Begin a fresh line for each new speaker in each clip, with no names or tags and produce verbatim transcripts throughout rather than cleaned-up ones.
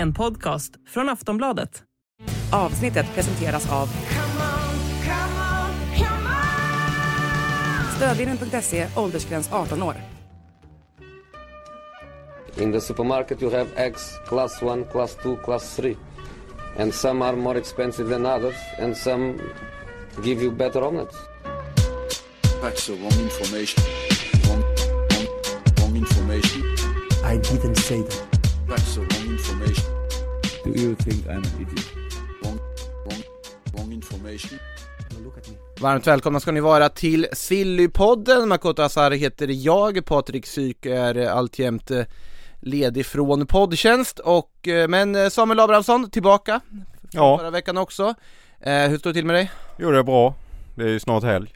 En podcast från Aftonbladet.
Avsnittet presenteras av Stödvinnen punkt se, åldersgräns arton år.
In the supermarket you have eggs class one, class two, class three. And some are more expensive than others, and some give you better omelets.
That's the wrong information. Wrong, wrong, wrong information.
I didn't say that.
That's the wrong information.
Do you think I'm an idiot?
Wrong, wrong, wrong information.
Look at me.
Varmt välkomna ska ni vara till Sillypodden. Makoto Asari heter jag. Patrik Syk är alltjämt ledig från poddtjänst. Och, men Samuel Abrahamsson tillbaka
ja.
förra veckan också. Eh, hur står det till med dig?
Jo, det är bra. Det är ju snart helg.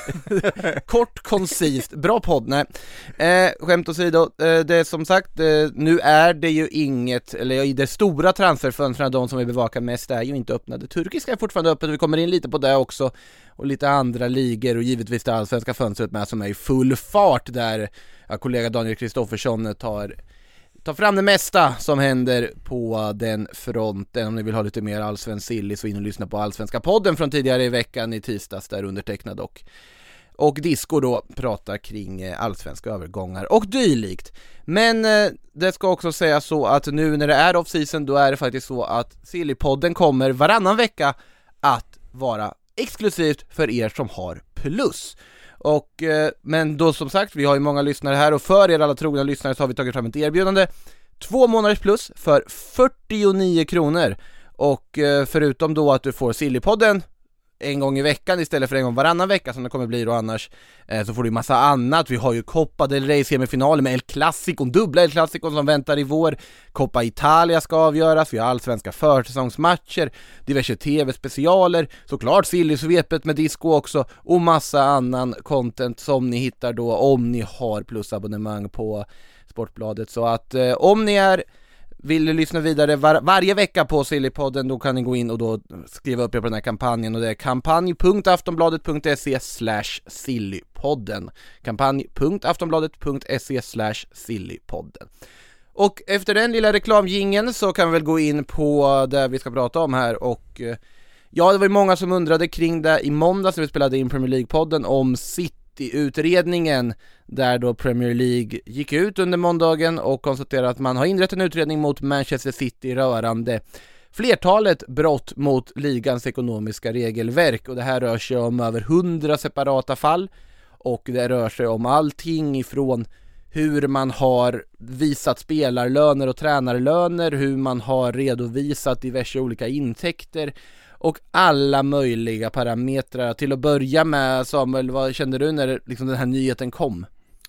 Kort, koncist, bra podd. Nej. Eh, skämt åsido, eh, det är som sagt, eh, nu är det ju inget, eller i det stora transferfönstren, de som vi bevakar mest är ju inte öppnade. Turkiska är fortfarande öppet, vi kommer in lite på det också, och lite andra ligor, och givetvis det allsvenska fönstret med som är i full fart, där ja, kollega Daniel Kristoffersson tar Ta fram det mesta som händer på den fronten. Om ni vill ha lite mer allsvensk silly så in och lyssna på Allsvenska podden från tidigare i veckan i tisdags, där undertecknad och, och Disco då pratar kring allsvenska övergångar och dylikt. Men eh, det ska också säga så att nu när det är off-season, då är det faktiskt så att Sillypodden kommer varannan vecka att vara exklusivt för er som har plus. Och, eh, men då som sagt, vi har ju många lyssnare här, och för er alla trogna lyssnare så har vi tagit fram ett erbjudande. Två månaders plus för fyrtionio kronor. Och eh, förutom då att du får Sillypodden en gång i veckan istället för en gång varannan vecka som det kommer bli då annars, eh, så får du massa annat. Vi har ju Coppa del Rey semifinaler med El Clasico, dubbla El Clasico som väntar i vår. Coppa Italia ska avgöras, vi har allsvenska försäsongsmatcher, diverse tv-specialer, såklart Silly-svepet med disco också, och massa annan content som ni hittar då om ni har plusabonnemang på Sportbladet. Så att eh, om ni är vill du lyssna vidare var- varje vecka på Sillypodden, då kan ni gå in och då skriva upp er på den här kampanjen, och det är kampanj punkt aftonbladet punkt se slash sillypodden. kampanj punkt aftonbladet punkt se slash sillypodden. Och efter den lilla reklamjingeln så kan vi väl gå in på det vi ska prata om här. Och ja, det var ju många som undrade kring det i måndags när vi spelade in Premier League-podden om City-utredningen, där då Premier League gick ut under måndagen och konstaterade att man har inrett en utredning mot Manchester City rörande flertalet brott mot ligans ekonomiska regelverk. Och det här rör sig om över hundra separata fall, och det rör sig om allting ifrån hur man har visat spelarlöner och tränarlöner, hur man har redovisat diverse olika intäkter och alla möjliga parametrar. Till att börja med, Samuel, vad kände du när liksom den här nyheten kom?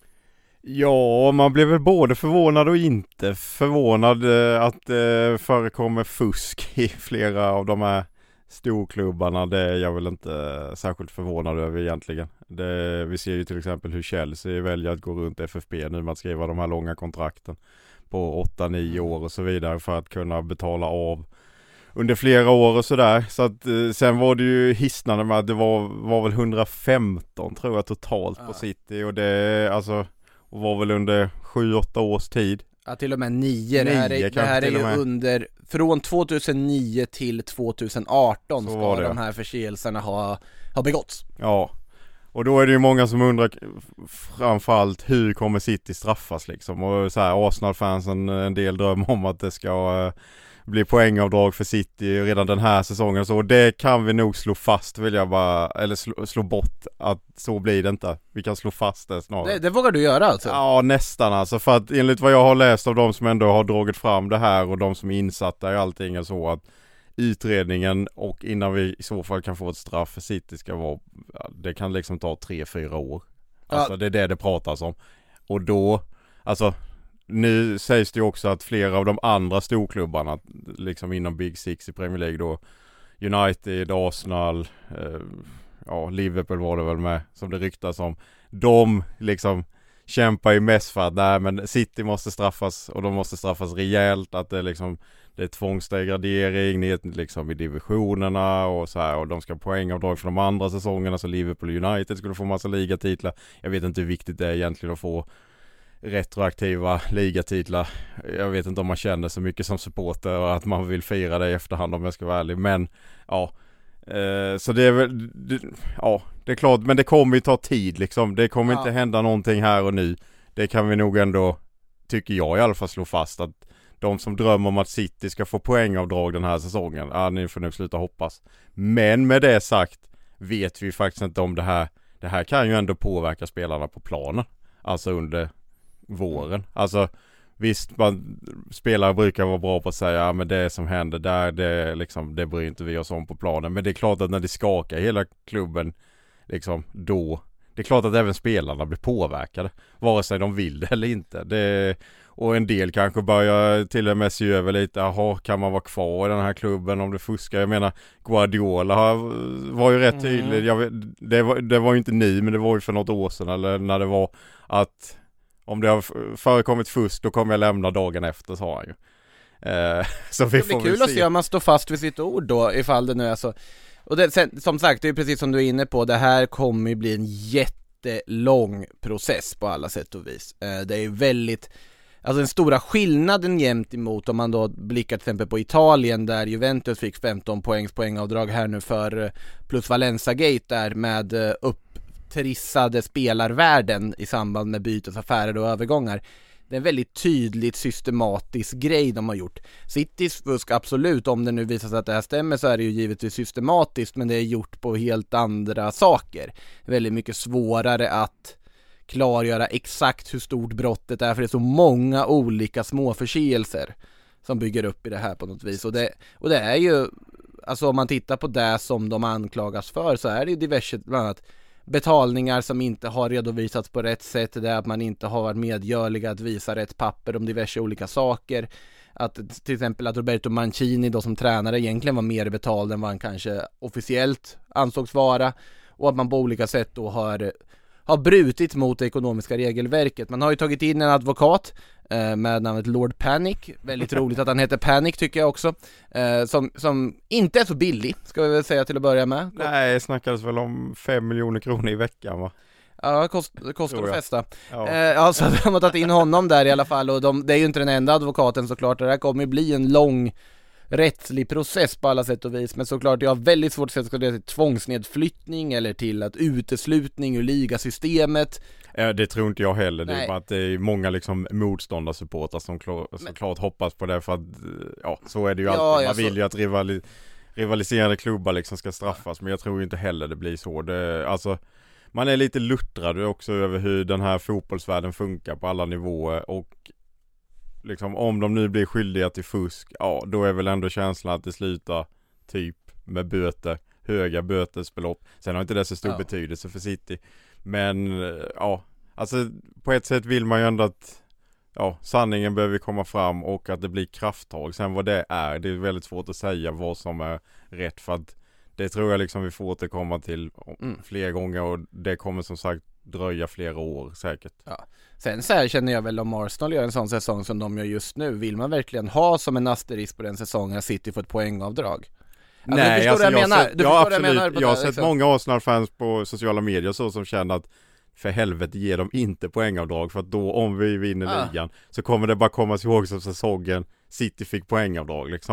Ja, man blev väl både förvånad och inte förvånad att det förekommer fusk i flera av de här storklubbarna. Det är jag väl inte särskilt förvånad över egentligen. Det, vi ser ju till exempel hur Chelsea väljer att gå runt F F P nu med att skriva de här långa kontrakten på åtta nio år och så vidare för att kunna betala av under flera år och sådär. Så att eh, sen var det ju hisnande med att det var, var väl hundrafemton tror jag totalt ja. på City, och det alltså och var väl under sju åtta års tid.
Ja, till och med nio. Det här är, det här är ju under från tjugohundranio till tjugoarton så ska de här förseelserna ha, ha begåtts.
Ja, och då är det ju många som undrar framförallt hur kommer City straffas liksom. Och så här, Arsenal-fansen en del drömmer om att det ska uh, bli poängavdrag för City redan den här säsongen. Så det kan vi nog slå fast, vill jag bara, eller slå, slå bort att så blir det inte. Vi kan slå fast det snarare.
Det, det vågar du göra alltså?
Ja, nästan alltså. För att enligt vad jag har läst av de som ändå har dragit fram det här och de som är insatta i allting är så att utredningen och innan vi i så fall kan få ett straff för City ska vara, det kan liksom ta tre fyra år. Alltså ja. Det är det det pratas om. Och då, alltså nu sägs det ju också att flera av de andra storklubbarna liksom inom Big Six i Premier League då, United, Arsenal, eh, ja Liverpool var det väl med som det ryktas om, de liksom kämpar ju mest för att nej men City måste straffas, och de måste straffas rejält, att det liksom det är tvångsdegradering ner liksom i divisionerna och så här, och de ska poängavdrag för de andra säsongerna, så Liverpool och United skulle få massa ligatitlar. Jag vet inte hur viktigt det är egentligen att få retroaktiva ligatitlar. Jag vet inte om man känner så mycket som supporter och att man vill fira det i efterhand om jag ska vara ärlig. Men ja, eh, så det är väl, det, ja, det är klart, men det kommer ju ta tid liksom. Det kommer ja. inte hända någonting här och nu. Det kan vi nog ändå, tycker jag i alla fall, slå fast att de som drömmer om att City ska få poängavdrag den här säsongen, ja, ni får nog sluta hoppas. Men med det sagt vet vi faktiskt inte om det här. Det här kan ju ändå påverka spelarna på planen. Alltså under våren. Alltså visst, man, spelare brukar vara bra på att säga ja, men det som händer där, det, liksom, det bryr inte vi oss om på planen. Men det är klart att när det skakar hela klubben liksom, då, det är klart att även spelarna blir påverkade. Vare sig de vill det eller inte. Det, och en del kanske börjar till och med se över lite, jaha, kan man vara kvar i den här klubben om det fuskar? Jag menar, Guardiola har, var ju rätt tydlig. Mm. Jag vet, det, var, det var ju inte ni, men det var ju för något år sedan eller när det var att om det har förekommit fusk, då kommer jag lämna dagen efter, sa han ju. Eh, så vi
det blir
får
kul
se.
Att se om man står fast vid sitt ord då, ifall det nu är så. Och det, sen, som sagt, det är precis som du är inne på, det här kommer ju bli en jättelång process på alla sätt och vis. Eh, det är ju väldigt, alltså den stora skillnaden jämt emot om man då blickar till exempel på Italien där Juventus fick femton poängs poängavdrag här nu för plus Valencia Gate där med upptrissade spelarvärden i samband med bytesaffärer och övergångar. Det är en väldigt tydligt systematisk grej de har gjort. Citys fusk, absolut, om det nu visar sig att det här stämmer så är det ju givetvis systematiskt, men det är gjort på helt andra saker. Det är väldigt mycket svårare att klargöra exakt hur stort brottet är, för det är så många olika små förseelser som bygger upp i det här på något vis. Och det, och det är ju, alltså om man tittar på det som de anklagas för, så är det ju diverse, bland annat betalningar som inte har redovisats på rätt sätt, det är att man inte har varit medgörliga att visa rätt papper om diverse olika saker. Att till exempel att Roberto Mancini då som tränare egentligen var mer betald än vad han kanske officiellt ansågs vara, och att man på olika sätt då har har brutit mot det ekonomiska regelverket. Man har ju tagit in en advokat eh, med namnet Lord Panic. Väldigt roligt att han heter Panic tycker jag också. Eh, som, som inte är så billig, ska vi väl säga till att börja med.
Nej, det snackades väl om fem miljoner kronor i veckan, va?
Ja, kost, det kostar att festa.
Ja.
Eh, ja, så de har tagit in honom där i alla fall. Och de, det är ju inte den enda advokaten såklart. Det här kommer ju bli en lång rättslig process på alla sätt och vis, men såklart jag har väldigt svårt att se att det ska leda till tvångsnedflyttning eller till att uteslutning ur ligasystemet.
Ja, det tror inte jag heller.
Nej.
Det är bara att det är många liksom motståndarsupportrar som klar, såklart hoppas på det, för att ja, så är det ju
Ja,
alltid. Man
ja, så...
vill ju att rivali- rivaliserande klubbar liksom ska straffas, men jag tror inte heller det blir så. Det, alltså, man är lite luttrad också över hur den här fotbollsvärlden funkar på alla nivåer, och liksom, om de nu blir skyldiga till fusk, ja, då är väl ändå känslan att det slutar typ med böter, höga bötesbelopp. Sen har inte det så stor ja. betydelse för City. Men ja, alltså på ett sätt vill man ju ändå att ja, sanningen behöver komma fram och att det blir krafttag. Sen vad det är, det är väldigt svårt att säga vad som är rätt, för att det tror jag liksom vi får återkomma till mm. fler gånger, och det kommer som sagt dröja flera år säkert.
Ja. Sen så här känner jag väl, om Arsenal gör en sån säsong som de gör just nu, vill man verkligen ha som en asterisk på den säsongen att City får ett poängavdrag? Alltså,
Nej,
du förstår
alltså,
vad jag menar.
Sett,
du
ja,
förstår vad jag menar på
jag har
det,
sett
liksom.
många Arsenal-fans på sociala medier så som känner att för helvete ger de inte poängavdrag, för att då om vi vinner
ah.
ligan så kommer det bara komma ihåg som säsongen City fick poängavdrag liksom.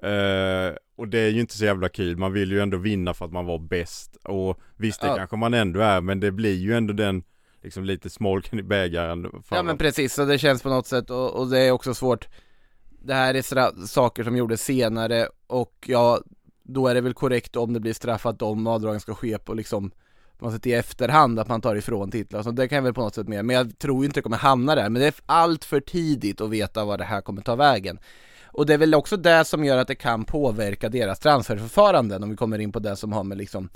Uh, och det är ju inte så jävla kul. Man vill ju ändå vinna för att man var bäst, och visst det ah. kanske man ändå är, men det blir ju ändå den liksom lite smolken i bägaren.
Ja, men precis, så det känns på något sätt, och, och det är också svårt. Det här är stra- saker som gjordes senare, och ja, då är det väl korrekt om det blir straffat om avdragen ska ske på liksom på något sätt i efterhand, att man tar ifrån titlar. Så det kan jag väl på något sätt med. Men jag tror inte det kommer hamna där. Men det är allt för tidigt att veta vad det här kommer ta vägen. Och det är väl också det som gör att det kan påverka deras transferförfaranden, om vi kommer in på det som har med liksom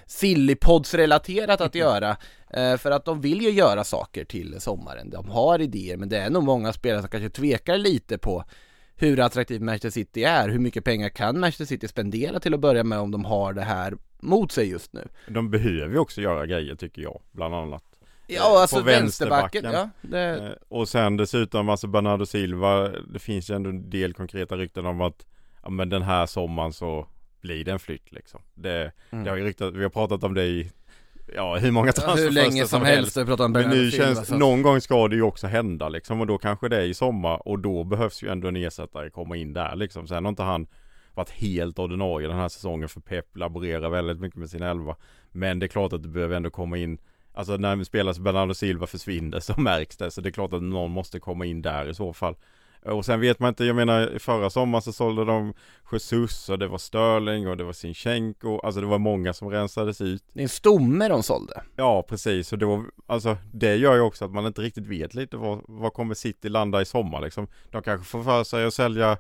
Sillypods-relaterat att göra. Eh, för att de vill ju göra saker till sommaren. De har idéer, men det är nog många spelare som kanske tvekar lite på hur attraktiv Manchester City är. Hur mycket pengar kan Manchester City spendera till att börja med om de har det här mot sig just nu?
De behöver ju också göra grejer tycker jag, bland annat.
Ja, alltså
på
vänsterbacken.
vänsterbacken.
Ja, det...
Och sen dessutom, alltså Bernardo Silva, det finns ju ändå en del konkreta rykten om att ja, men den här sommaren så blir det en flytt liksom. Det, mm. det har ju ryktat, vi har pratat om det i ja, hur många transferfönster
hur länge som, som helst. helst.
Om men nu känns, alltså. Någon gång ska det ju också hända liksom, och då kanske det är i sommar, och då behövs ju ändå en ersättare komma in där liksom. Sen har inte han varit helt ordinarie den här säsongen, för Pep laborerar väldigt mycket med sin elva. Men det är klart att det behöver ändå komma in, alltså när vi spelar så Bernardo Silva försvinner så märks det, så det är klart att någon måste komma in där i så fall. Och sen vet man inte, jag menar förra sommaren så sålde de Jesus och det var Sterling och det var Zinchenko, alltså det var många som rensades ut.
Det är en stomme de sålde.
Ja, precis, och det var, alltså det gör ju också att man inte riktigt vet lite vad, vad kommer City landa i sommar liksom. De kanske får för sig att sälja,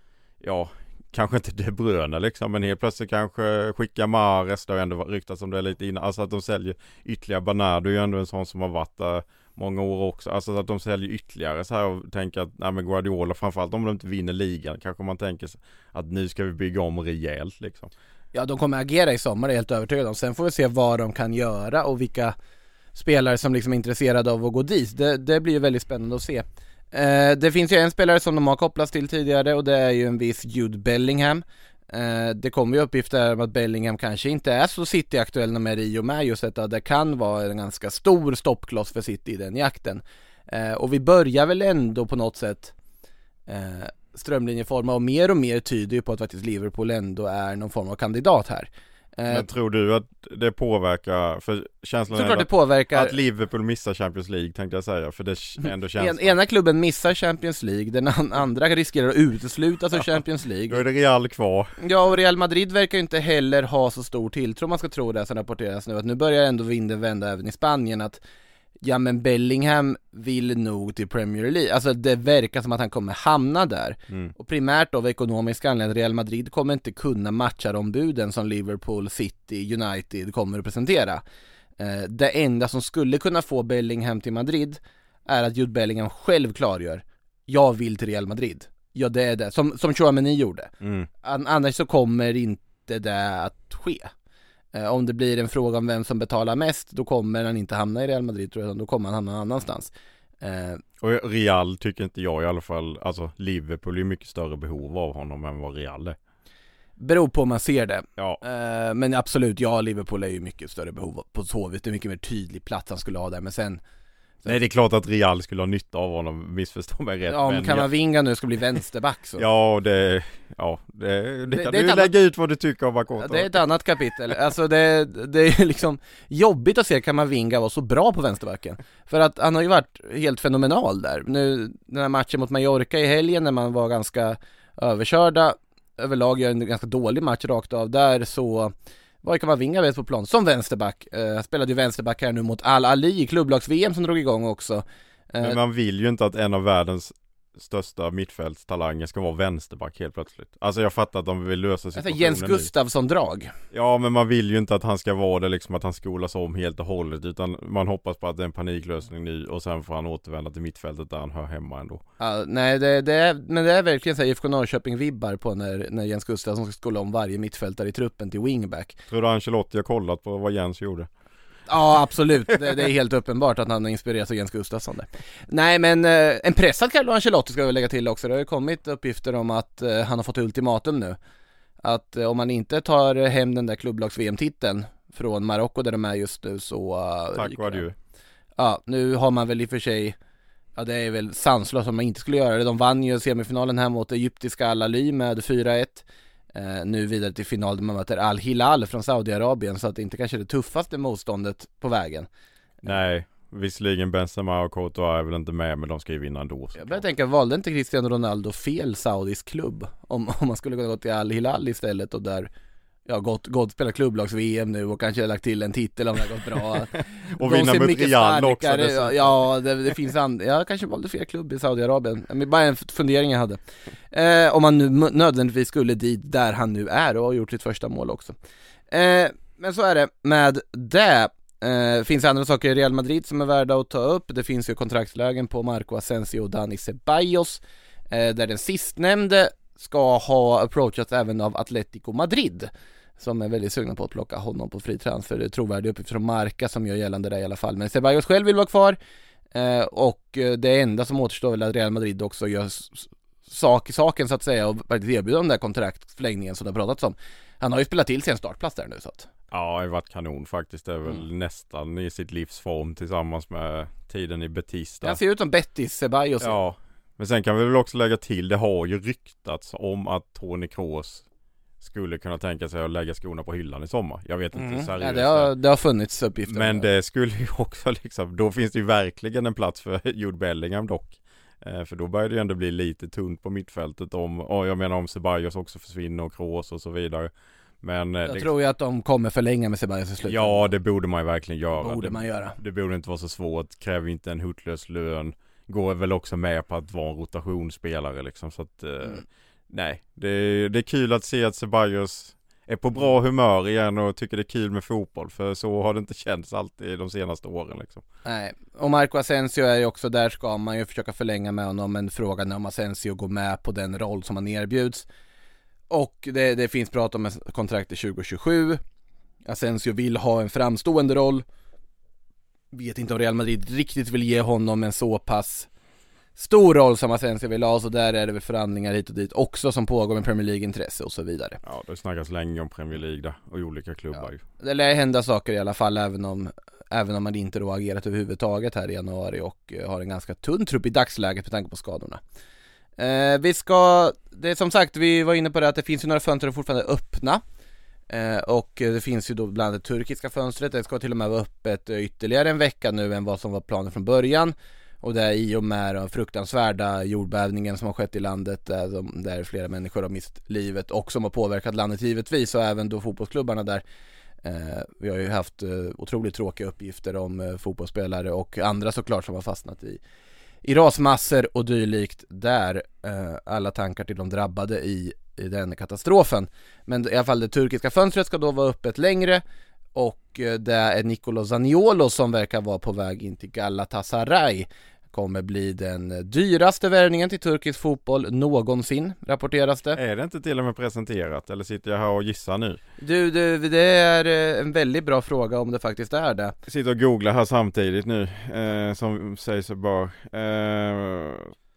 ja, kanske inte De Bruyne liksom, men helt plötsligt kanske skicka Mahrez, det har ändå ryktats om det lite innan, alltså att de säljer ytterligare. Bernardo är ju ändå en sån som har varit där många år också, alltså att de säljer ytterligare så här och tänker att, nej men Guardiola framförallt om de inte vinner ligan, kanske man tänker att nu ska vi bygga om rejält liksom.
Ja, de kommer agera i sommar, det är helt övertygad om. Sen får vi se vad de kan göra och vilka spelare som liksom är intresserade av att gå dit. Det, det blir ju väldigt spännande att se. Eh, det finns ju en spelare som de har kopplats till tidigare, och det är ju en viss Jude Bellingham. Eh, det kommer ju uppgifter om att Bellingham kanske inte är så City-aktuell med i och med just detta. Det kan vara en ganska stor stoppkloss för City i den jakten. Eh, och vi börjar väl ändå på något sätt eh, strömlinjeforma, och mer och mer tyder ju på att faktiskt Liverpool ändå är någon form av kandidat här.
Men tror du att det påverkar, för känslan är
det påverkar
att Liverpool missar Champions League, tänkte jag säga, för det ändå känns
en, ena klubben missar Champions League, den andra riskerar att uteslutas av Champions League.
Då är det Real kvar.
Ja, och Real Madrid verkar ju inte heller ha så stor tilltro, man ska tro det som rapporteras nu, att nu börjar ändå vinden vända även i Spanien, att ja, men Bellingham vill nog till Premier League. Alltså det verkar som att han kommer hamna där. Mm. Och primärt av ekonomiska anledningar, Real Madrid kommer inte kunna matcha de buden som Liverpool, City, United kommer att presentera. Eh, det enda som skulle kunna få Bellingham till Madrid är att Jude Bellingham själv klargör: jag vill till Real Madrid. Ja, det är det. Som, som Chouameni gjorde. Mm. An- annars så kommer inte det att ske. Eh, om det blir en fråga om vem som betalar mest, då kommer han inte hamna i Real Madrid, tror jag, då kommer han hamna någon annanstans. Eh,
och Real tycker inte jag i alla fall, alltså Liverpool är mycket större behov av honom än vad Real är.
Beror på om man ser det.
Ja.
Eh, men absolut, ja, Liverpool är ju mycket större behov på så vis, det är mycket mer tydlig plats han skulle ha där, men sen
nej, det är klart att Real skulle ha nytta av honom, missförstå mig rätt.
Ja, om
men
Camavinga nu ska bli vänsterback så.
Ja, det, ja, det, det, det kan
det
du ju lägga ut vad du tycker om Makoto.
Ja, det är ett annat kapitel. Alltså det, det är liksom jobbigt att se Camavinga vara så bra på vänsterbacken. För att han har ju varit helt fenomenal där. Nu, den här matchen mot Mallorca i helgen när man var ganska överkörda, överlag gör en ganska dålig match rakt av där, så vad kan man vinga vet på plan som vänsterback. Eh, spelade ju vänsterback här nu mot Al-Ali i klubblags-V M som drog igång också. Eh,
Men man vill ju inte att en av världens största mittfältstalanger ska vara vänsterback helt plötsligt. Alltså jag fattar att de vill lösa situationen.
Alltså Jens Gustafsson-drag.
Ja, men man vill ju inte att han ska vara det liksom, att han skolas om helt och hållet, utan man hoppas på att det är en paniklösning nu och sen får han återvända till mittfältet där han hör hemma ändå.
Ja, nej, det, det är, men det är verkligen så här I F K Norrköping-vibbar på när, när Jens Gustafsson ska skola om varje mittfältare i truppen till wingback.
Tror du Ancelotti har kollat på vad Jens gjorde?
Ja, absolut. Det, det är helt uppenbart att han har inspirerats av Jens Gustafsson där. Nej, men eh, en pressad Carlo Ancelotti ska vi lägga till också. Det har ju kommit uppgifter om att eh, han har fått ultimatum nu. Att eh, om man inte tar hem den där klubblags-V M-titeln från Marocko där de är just nu så... Uh,
Tack vad du.
Ja, nu har man väl i och för sig... Ja, det är väl sanslöst om man inte skulle göra det. De vann ju semifinalen här mot egyptiska Al-Ali med fyra ett. Uh, nu vidare till final där man möter Al-Hilal från Saudiarabien, så att det inte kanske är det tuffaste motståndet på vägen.
Nej, visserligen Benzema och Courtois är väl inte med, men de ska ju vinna ändå.
Jag börjar tänka, valde inte Cristiano Ronaldo fel saudisk klubb? Om, om man skulle kunna gå till Al-Hilal istället och där ja, gått, gått spela klubblags-V M nu och kanske lagt till en titel om det har gått bra.
Och vinna mot Real också.
Ja, ja det, det finns and- jag kanske valde fel klubb i Saudiarabien. Men bara en fundering jag hade. Eh, om man nu nödvändigtvis skulle dit där han nu är och har gjort sitt första mål också. Eh, men så är det med det. Eh, finns andra saker i Real Madrid som är värda att ta upp. Det finns ju kontraktslägen på Marco Asensio och Dani Ceballos. Eh, där den sistnämnde ska ha approachats även av Atletico Madrid, som är väldigt sugna på att plocka honom på fri transfer. Det är trovärdig uppgift från Marca som gör gällande det i alla fall. Men Ceballos själv vill vara kvar eh, och det enda som återstår är att Real Madrid också gör sak i saken så att säga och faktiskt erbjuder den där kontraktförlängningen som det har pratats om. Han har ju spelat till sig en startplats där nu, så att
Ja, det har varit kanon faktiskt. Det är väl
Mm.
nästan i sitt livsform tillsammans med tiden i Batista.
Han ser ut som Betis, Ceballos.
Ja, men sen kan vi väl också lägga till, det har ju ryktats om att Toni Kroos skulle kunna tänka sig att lägga skorna på hyllan i sommar. Jag vet inte
Mm.
seriöst.
Ja, det, har, det har funnits uppgifter.
Men det skulle ju också liksom, då finns det ju verkligen en plats för Jude Bellingham dock. Eh, för då börjar det ju ändå bli lite tunt på mittfältet om, och jag menar om Ceballos också försvinner och Kroos och så vidare. Men eh,
Jag
det,
tror ju att de kommer förlänga med Ceballos i slutet.
ja, det borde man ju verkligen göra.
Borde
det,
man göra.
Det borde inte vara så svårt, kräver inte en hutlös lön. Går väl också med på att vara en rotationsspelare liksom, så att eh,
Mm.
nej, det, det är kul att se att Ceballos är på bra humör igen och tycker det är kul med fotboll, för så har det inte känts alltid de senaste åren liksom.
Nej, och Marco Asensio är ju också, där ska man ju försöka förlänga med honom, men frågan är om Asensio går med på den roll som han erbjuds. Och det, det finns prat om ett kontrakt i tjugo tjugosju. Asensio vill ha en framstående roll. Vet inte om Real Madrid riktigt vill ge honom en så pass stor roll som Asensio vill ha, så där är det väl förhandlingar hit och dit också som pågår med Premier League-intresse och så vidare.
Ja, det snackas länge om Premier League där, och olika klubbar.
Ja. Det lär hända saker i alla fall, även om, även om man inte då agerat överhuvudtaget här i januari och uh, har en ganska tunn trupp i dagsläget med tanke på skadorna. Uh, vi ska, det är som sagt, vi var inne på det att det finns ju några fönster fortfarande öppna. Uh, och det finns ju då bland det turkiska fönstret, det ska till och med vara öppet ytterligare en vecka nu än vad som var planen från början. Och det är i och med den fruktansvärda jordbävningen som har skett i landet, där, de, där flera människor har mist livet och som har påverkat landet givetvis, och även då fotbollsklubbarna där. Eh, vi har ju haft eh, otroligt tråkiga uppgifter om eh, fotbollsspelare och andra såklart som har fastnat i, i rasmassor och dylikt där. Eh, alla tankar till de drabbade i, i den katastrofen. Men i alla fall det turkiska fönstret ska då vara öppet längre. Och det är Nicolo Zaniolo som verkar vara på väg in till Galatasaray. Kommer bli den dyraste värvningen till turkisk fotboll någonsin, rapporteras det.
Är det inte till och med presenterat, eller sitter jag här och gissar nu?
Du, du, det är en väldigt bra fråga om det faktiskt är det.
Jag sitter och googlar här samtidigt nu, eh, som säger så bör. Eh...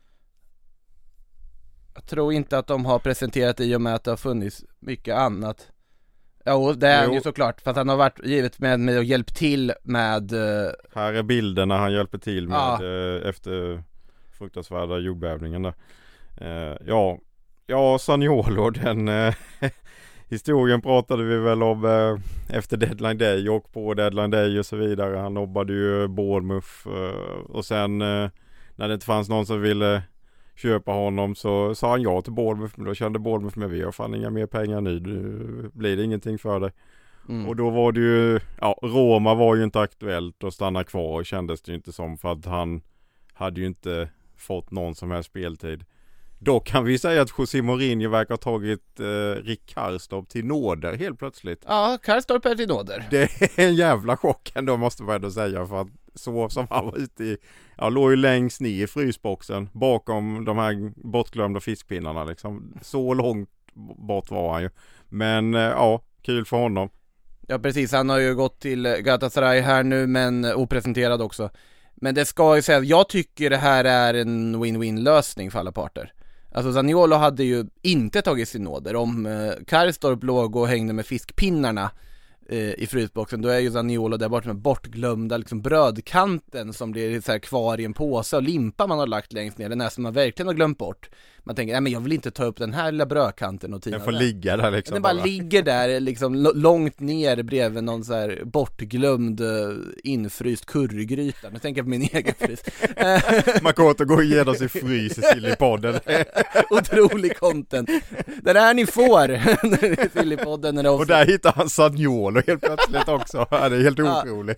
Jag tror inte att de har presenterat i och med att det har funnits mycket annat. Ja, det är han ju såklart, för att han har varit givet med mig och hjälpt till med... Uh...
Här är bilden när han hjälper till med
ja.
uh, efter fruktansvärda jordbävningen där. Uh, ja, ja, Zaniolo, den uh, historien pratade vi väl om uh, efter deadline day och på deadline day och så vidare. Han jobbade ju Bournemouth uh, och sen uh, när det inte fanns någon som ville köpa honom så sa han ja till Bournemouth, men då kände Bournemouth med vi har fan inga mer pengar nu, nu blir det ingenting för dig. Mm. Och då var det ju, ja, Roma var ju inte aktuellt att stanna kvar och kändes det ju inte som, för att han hade ju inte fått någon som helst speltid. Då kan vi säga att José Mourinho verkar ha tagit eh, Rick Karstorp till nåder helt plötsligt.
Ja, Karstorp är till nåder.
Det är en jävla chock ändå, måste man ändå säga, för att så som han var ute i, ja, låg ju längst ner i frysboxen bakom de här bortglömda fiskpinnarna liksom. Så långt bort var han ju. Men ja, kul för honom.
Ja, precis, han har ju gått till Galatasaray här nu, men opresenterad också. Men det ska ju säga, jag tycker det här är en win-win lösning för alla parter. Alltså Zaniolo hade ju inte tagit sin nåder. Om eh, Karstorp låg och hängde med fiskpinnarna eh, i frysboxen, då är ju Zaniolo där borta med bortglömda liksom brödkanten som blir så här kvar i en påse och limpa man har lagt längst ner. Den är som man verkligen har glömt bort. Man tänker, nej men jag vill inte ta upp den här lilla brödkanten och tina.
Den får
där.
ligga där liksom.
Den bara, bara ligger där liksom l- långt ner bredvid någon så här bortglömd uh, infryst currygryta. Nu tänker jag på min egen frys.
Makoto går igenom sin frys i Sillypodden.
Otrolig content. Det är ni får i Sillypodden.
Och där hittar han Zaniolo helt plötsligt också. Det är helt otroligt.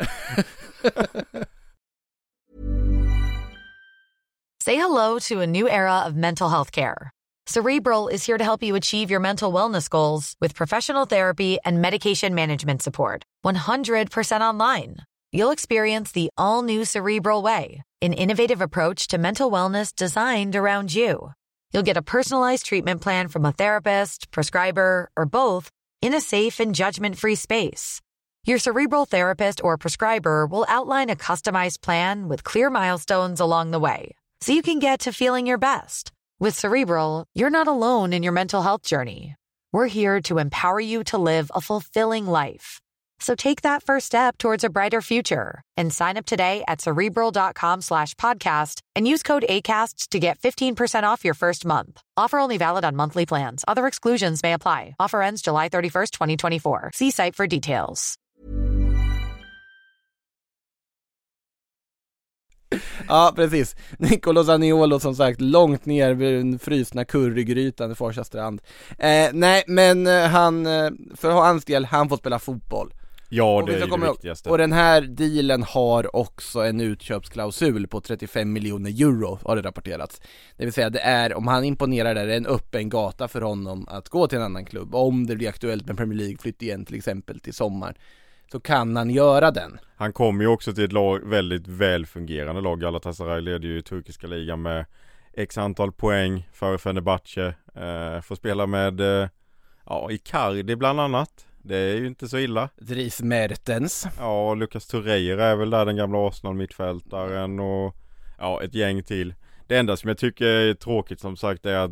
Say hello to a new era of mental health care. Cerebral is here to help you achieve your mental wellness goals with professional therapy and medication management support. one hundred percent online. You'll experience the all-new Cerebral Way, an innovative approach to mental wellness designed around you. You'll get a personalized treatment plan from a therapist, prescriber, or both in a safe and judgment-free space. Your Cerebral therapist or prescriber will outline a customized plan with clear milestones along the way, so you can get to feeling your best. With Cerebral, you're not alone in your mental health journey. We're here to empower you to live a fulfilling life. So take that first step towards a brighter future and sign up today at Cerebral.com slash podcast and use code ACAST to get fifteen percent off your first month. Offer only valid on monthly plans. Other exclusions may apply. Offer ends July thirty-first, twenty twenty-four. See site for details.
Ja, precis. Nicolo Zaniolo som sagt långt ner vid den frysna currygrytan i Forsa strand. Eh, nej, men eh, han, eh, för hans del, han får spela fotboll.
Ja,
och
det är det
kommer,
viktigaste.
Och den här dealen har också en utköpsklausul på trettiofem miljoner euro, har det rapporterats. Det vill säga, det är, om han imponerar där, en öppen gata för honom att gå till en annan klubb. Om det blir aktuellt med Premier League flytt igen till exempel till sommar, så kan han göra den.
Han kommer ju också till ett lag, väldigt välfungerande lag. Galatasaray leder ju turkiska ligan med x antal poäng för Fenerbahce. Eh, får spela med eh, ja, Icardi bland annat. Det är ju inte så illa.
Dries Mertens.
Ja, Lucas Torreira är väl där, den gamla Arsenal-mittfältaren och ja, ett gäng till. Det enda som jag tycker är tråkigt som sagt är att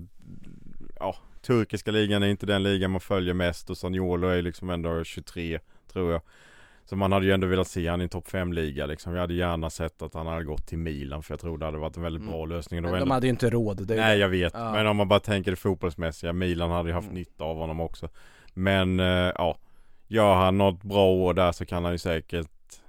ja, turkiska ligan är inte den ligan man följer mest och Zaniolo är liksom ändå tjugotre tror jag. Så man hade ju ändå velat se han i en topp fem-liga liksom. Jag hade gärna sett att han hade gått till Milan, för jag tror det hade varit en väldigt bra lösning.
Men
de
ändå... hade ju inte råd. Det
Nej, jag vet.
Ja.
Men om man bara tänker det fotbollsmässiga, Milan hade ju haft
Mm.
nytta av honom också. Men eh, ja, gör han något bra år där så kan han ju säkert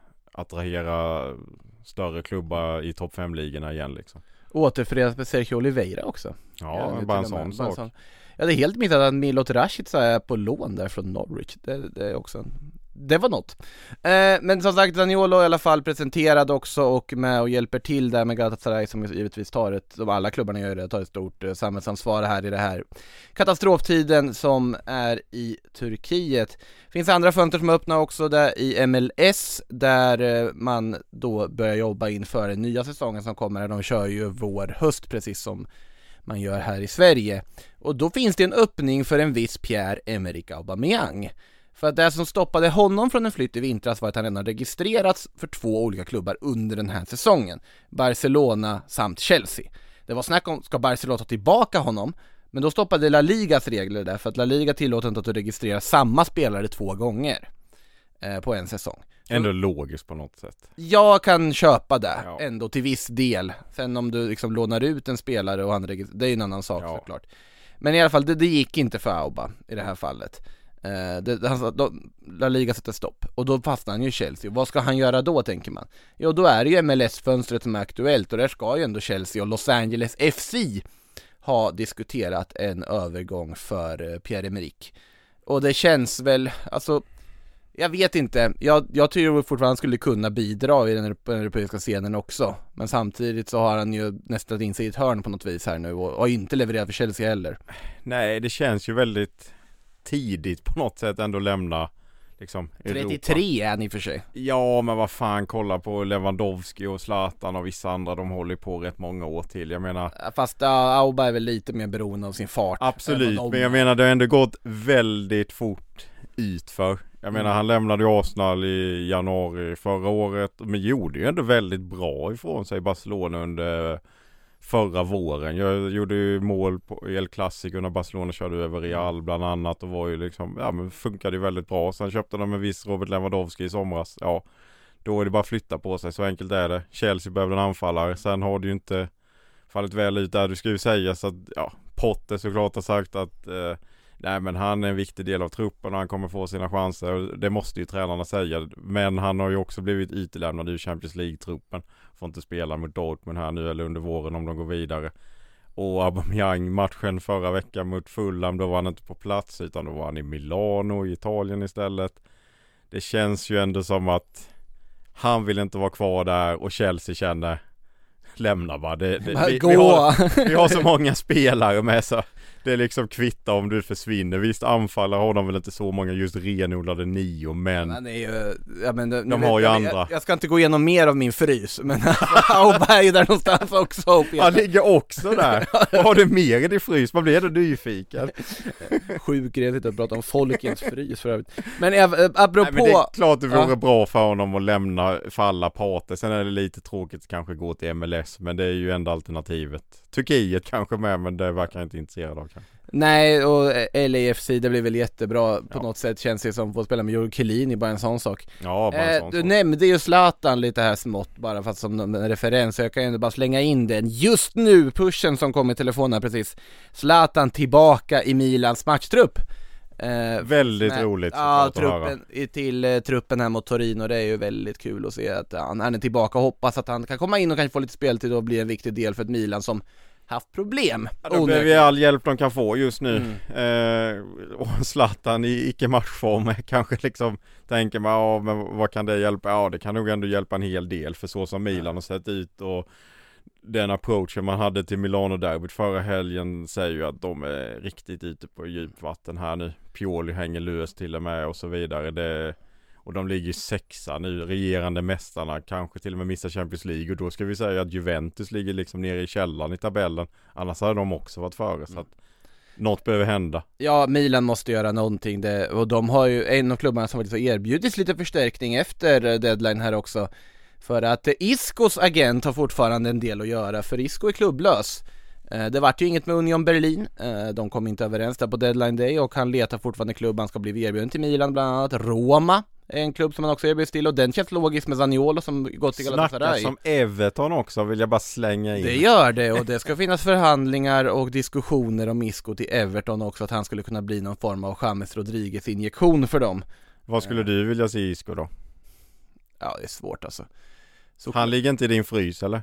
attrahera större klubbar i topp fem-ligorna igen liksom.
Återförenas med Sergio Oliveira också.
Ja,
Ja,
bara en
till och
sån
med. Bara en
sak.
sån. Jag hade helt missat att Milot Rashica är på lån där från Norwich. Det, det är också en... Det var något. Eh, men som sagt, Zaniolo i alla fall presenterad också och med och hjälper till där med Galatasaray, som givetvis tar ett, som alla klubbarna gör det, tar ett stort eh, samhällsansvar här i det här katastroftiden som är i Turkiet. Finns andra fönster som öppnar också där i M L S, där eh, man då börjar jobba inför den nya säsongen som kommer. De kör ju vår höst precis som man gör här i Sverige. Och då finns det en öppning för en viss Pierre-Emerick Aubameyang. För att det som stoppade honom från en flytt i vintras var att han redan registrerats för två olika klubbar under den här säsongen. Barcelona samt Chelsea. Det var snack om, ska Barcelona ta tillbaka honom? Men då stoppade La Ligas regler där, för att La Liga tillåter inte att du registrerar samma spelare två gånger eh, på en säsong.
Ändå logiskt på något sätt.
Jag kan köpa det
Ja.
ändå till viss del. Sen om du liksom lånar ut en spelare och han registrerar, det är en annan sak
Ja.
såklart. Men i alla fall, det, det gick inte för Auba i det här fallet. Uh, det, det, han, då, La Liga sätter stopp och då fastnar han ju i Chelsea. Vad ska han göra då, tänker man? Jo, då är det ju M L S-fönstret som är aktuellt, och där ska ju ändå Chelsea och Los Angeles F C ha diskuterat en övergång för uh, Pierre-Emerick. Och det känns väl, alltså jag vet inte, jag, jag tror fortfarande han skulle kunna bidra i den europeiska scenen också, men samtidigt så har han ju nästan in sig i ett hörn på något vis här nu och har inte levererat för Chelsea heller.
Nej, det känns ju väldigt tidigt på något sätt ändå lämna liksom Europa.
trettiotre är han i och för sig.
Ja, men vad fan, kolla på Lewandowski och Zlatan och vissa andra, de håller på rätt många år till. Jag menar,
fast uh, Auba är väl lite mer beroende av sin fart.
absolut,
de...
men jag menar det har ändå gått väldigt fort utför. Jag menar,
Mm.
han lämnade ju Arsenal i januari förra året, men gjorde ju ändå väldigt bra ifrån sig Barcelona under förra våren. Jag gjorde ju mål på El Clasico när Barcelona körde över Real bland annat och var ju liksom, ja men funkade ju väldigt bra. Sen köpte de en viss Robert Lewandowski i somras. Ja, då är det bara att flytta på sig, så enkelt är det. Chelsea behövde en anfallare. Sen har det ju inte fallit väl ut där. Du ska ju säga så att, ja, Potter såklart har sagt att eh, nej, men han är en viktig del av truppen och han kommer få sina chanser. Det måste ju tränarna säga. Men han har ju också blivit utelämnad ur Champions League-truppen. Får inte spela mot Dortmund här nu eller under våren om de går vidare. Och Aubameyang, matchen förra veckan mot Fulham, då var han inte på plats utan då var han i Milano i Italien istället. Det känns ju ändå som att han vill inte vara kvar där och Chelsea känner lämna bara. Det, det, vi, vi, har, vi har så många spelare med, så det är liksom kvitta om du försvinner. Visst, anfallare har de väl inte så många just renodlade nio, men,
men, är ju, ja, men det,
de har ju
jag,
andra.
Jag, jag ska inte gå igenom mer av min frys, men Auba är ju där någonstans också.
Han ligger också där. Vad har du mer i din frys? Man blir ändå nyfiken.
Sjuk grej att prata om folkens frys för övrigt. Men äh, apropå...
Nej, men det är klart det vore
ja.
bra för honom att lämna för alla parter. Sen är det lite tråkigt att kanske gå till M L S, men det är ju ändå alternativet. Turkiet kanske med, men det verkar jag inte intresserad av kanske.
Nej, och L A F C, det blir väl jättebra på
Ja.
något sätt, känns det som, att spela med Jorg Chiellini, bara en sån sak.
Ja, bara en
eh,
sån
Du
sak.
nämnde ju Zlatan lite här smått, bara för att som en referens, så jag kan ju ändå bara slänga in den just nu, pushen som kom i telefonen precis. Zlatan tillbaka i Milans matchtrupp. Eh,
Väldigt
med,
roligt
ja,
såklart att höra.
truppen, i- till eh, truppen här mot Torino, det är ju väldigt kul att se att han, han är tillbaka och hoppas att han kan komma in och kanske få lite speltid och bli en viktig del för ett Milan som haft problem.
Ja, då behöver vi all hjälp de kan få just nu. Mm. Eh, och Zlatan i icke-matchform är kanske liksom, tänker man, ja, men vad kan det hjälpa? Ja, det kan nog ändå hjälpa en hel del, för så som Milan har sett ut och den approachen man hade till Milano-derbyt förra helgen säger ju att de är riktigt ute på djupvatten här nu. Pioli hänger lös till och med och så vidare. Det, och de ligger sexa nu, regerande mästarna, kanske till och med missar Champions League, och då ska vi säga att Juventus ligger liksom nere i källaren i tabellen. Annars hade de också varit före, så att något behöver hända.
Ja, Milan måste göra någonting det, och de har ju en av klubbarna som faktiskt har erbjudits lite förstärkning efter deadline här också. För att Iscos agent har fortfarande en del att göra, för Isco är klubblös. Det vart ju inget med Union Berlin, de kom inte överens där på deadline day, och han letar fortfarande klubb. Han ska bli erbjuden till Milan bland annat. Roma är en klubb som han också erbjuds till, och den känns logiskt med Zaniolo som gått till Galatasaray.
Snacka som Everton också, vill jag bara slänga in.
Det gör det, och det ska finnas förhandlingar och diskussioner om Isco till Everton också, att han skulle kunna bli någon form av James Rodriguez injektion för dem.
Vad skulle du vilja se Isco då?
Ja, det är svårt alltså. Så...
Han ligger inte i din frys, eller?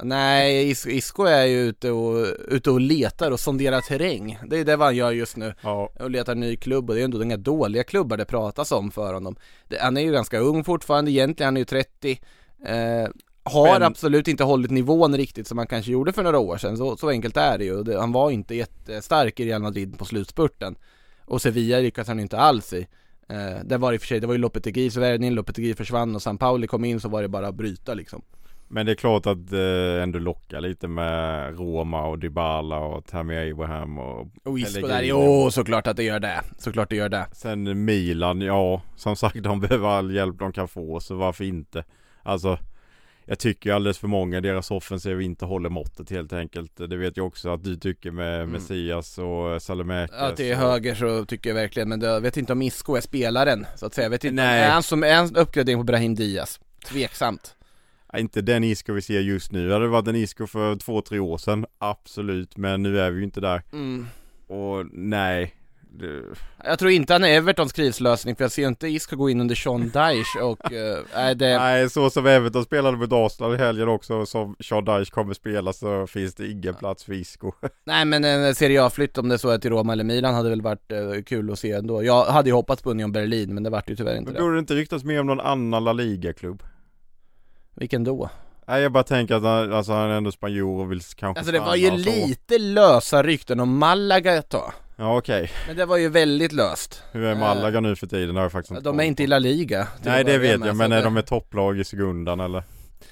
Nej, Is- Isco är ju ute och, ute och letar och sonderar terräng. Det är det vad han gör just nu.
Ja.
Och letar ny klubb, och det är ändå inga dåliga klubbar det pratas om för honom. Det, han är ju ganska ung fortfarande egentligen, han är ju trettio. Eh, har
Men...
absolut inte hållit nivån riktigt som man kanske gjorde för några år sedan. Så, så enkelt är det ju. Det, han var inte jättestark i Real Madrid på slutspurten. Och Sevilla lyckas han inte alls i. Eh, det var i och för sig, det var ju Lopetegui, så värden Lopetegui försvann och San Pauli kom in, så var det bara att bryta liksom.
Men det är klart att eh, ändå locka lite med Roma och Dybala och Tammy Abraham och,
och Isco där, jo såklart att det gör det. Såklart det gör det.
Sen Milan, ja, som sagt, de behöver all hjälp de kan få, så varför inte? Alltså, jag tycker alldeles för många i deras offensiv inte håller måttet helt enkelt. Det vet jag också att du tycker med mm. Messias och Salemekis.
Ja, till höger så tycker jag verkligen, men jag vet inte om Isco är spelaren, så att säga. Jag vet inte,
Nej.
är han som är en uppgradering på Brahim Diaz? Tveksamt.
Inte den Isco vi ser just nu. Det hade varit en Isco för två, tre år sedan. Absolut, men nu är vi ju inte där.
Mm.
Och nej. Det...
Jag tror inte han är Evertons krislösning, för jag ser inte Isco gå in under Sean Dyche och äh, det...
Nej, så som Everton spelade med Arsenal i helgen också, som Sean Dyche kommer spela, så finns det ingen plats för Isco.
Nej, men en Serie A-flytt, om det så är till Roma eller Milan, hade väl varit uh, kul att se ändå. Jag hade ju hoppats på Union Berlin, men det vart ju tyvärr inte
men
det.
borde det inte ryktas mer om någon annan La Liga-klubb?
Vilken då?
Nej, jag bara tänker att han, alltså, han är ändå spanjor och vill kanske
Alltså det var ju lite lösa rykten om Malaga ett tag.
Ja, okej. Okay.
Men det var ju väldigt löst.
Hur är Malaga uh, nu för tiden? Har jag faktiskt inte
de är inte i La Liga.
Nej, det vet jag, men är
det...
de ett topplag i sekundan eller?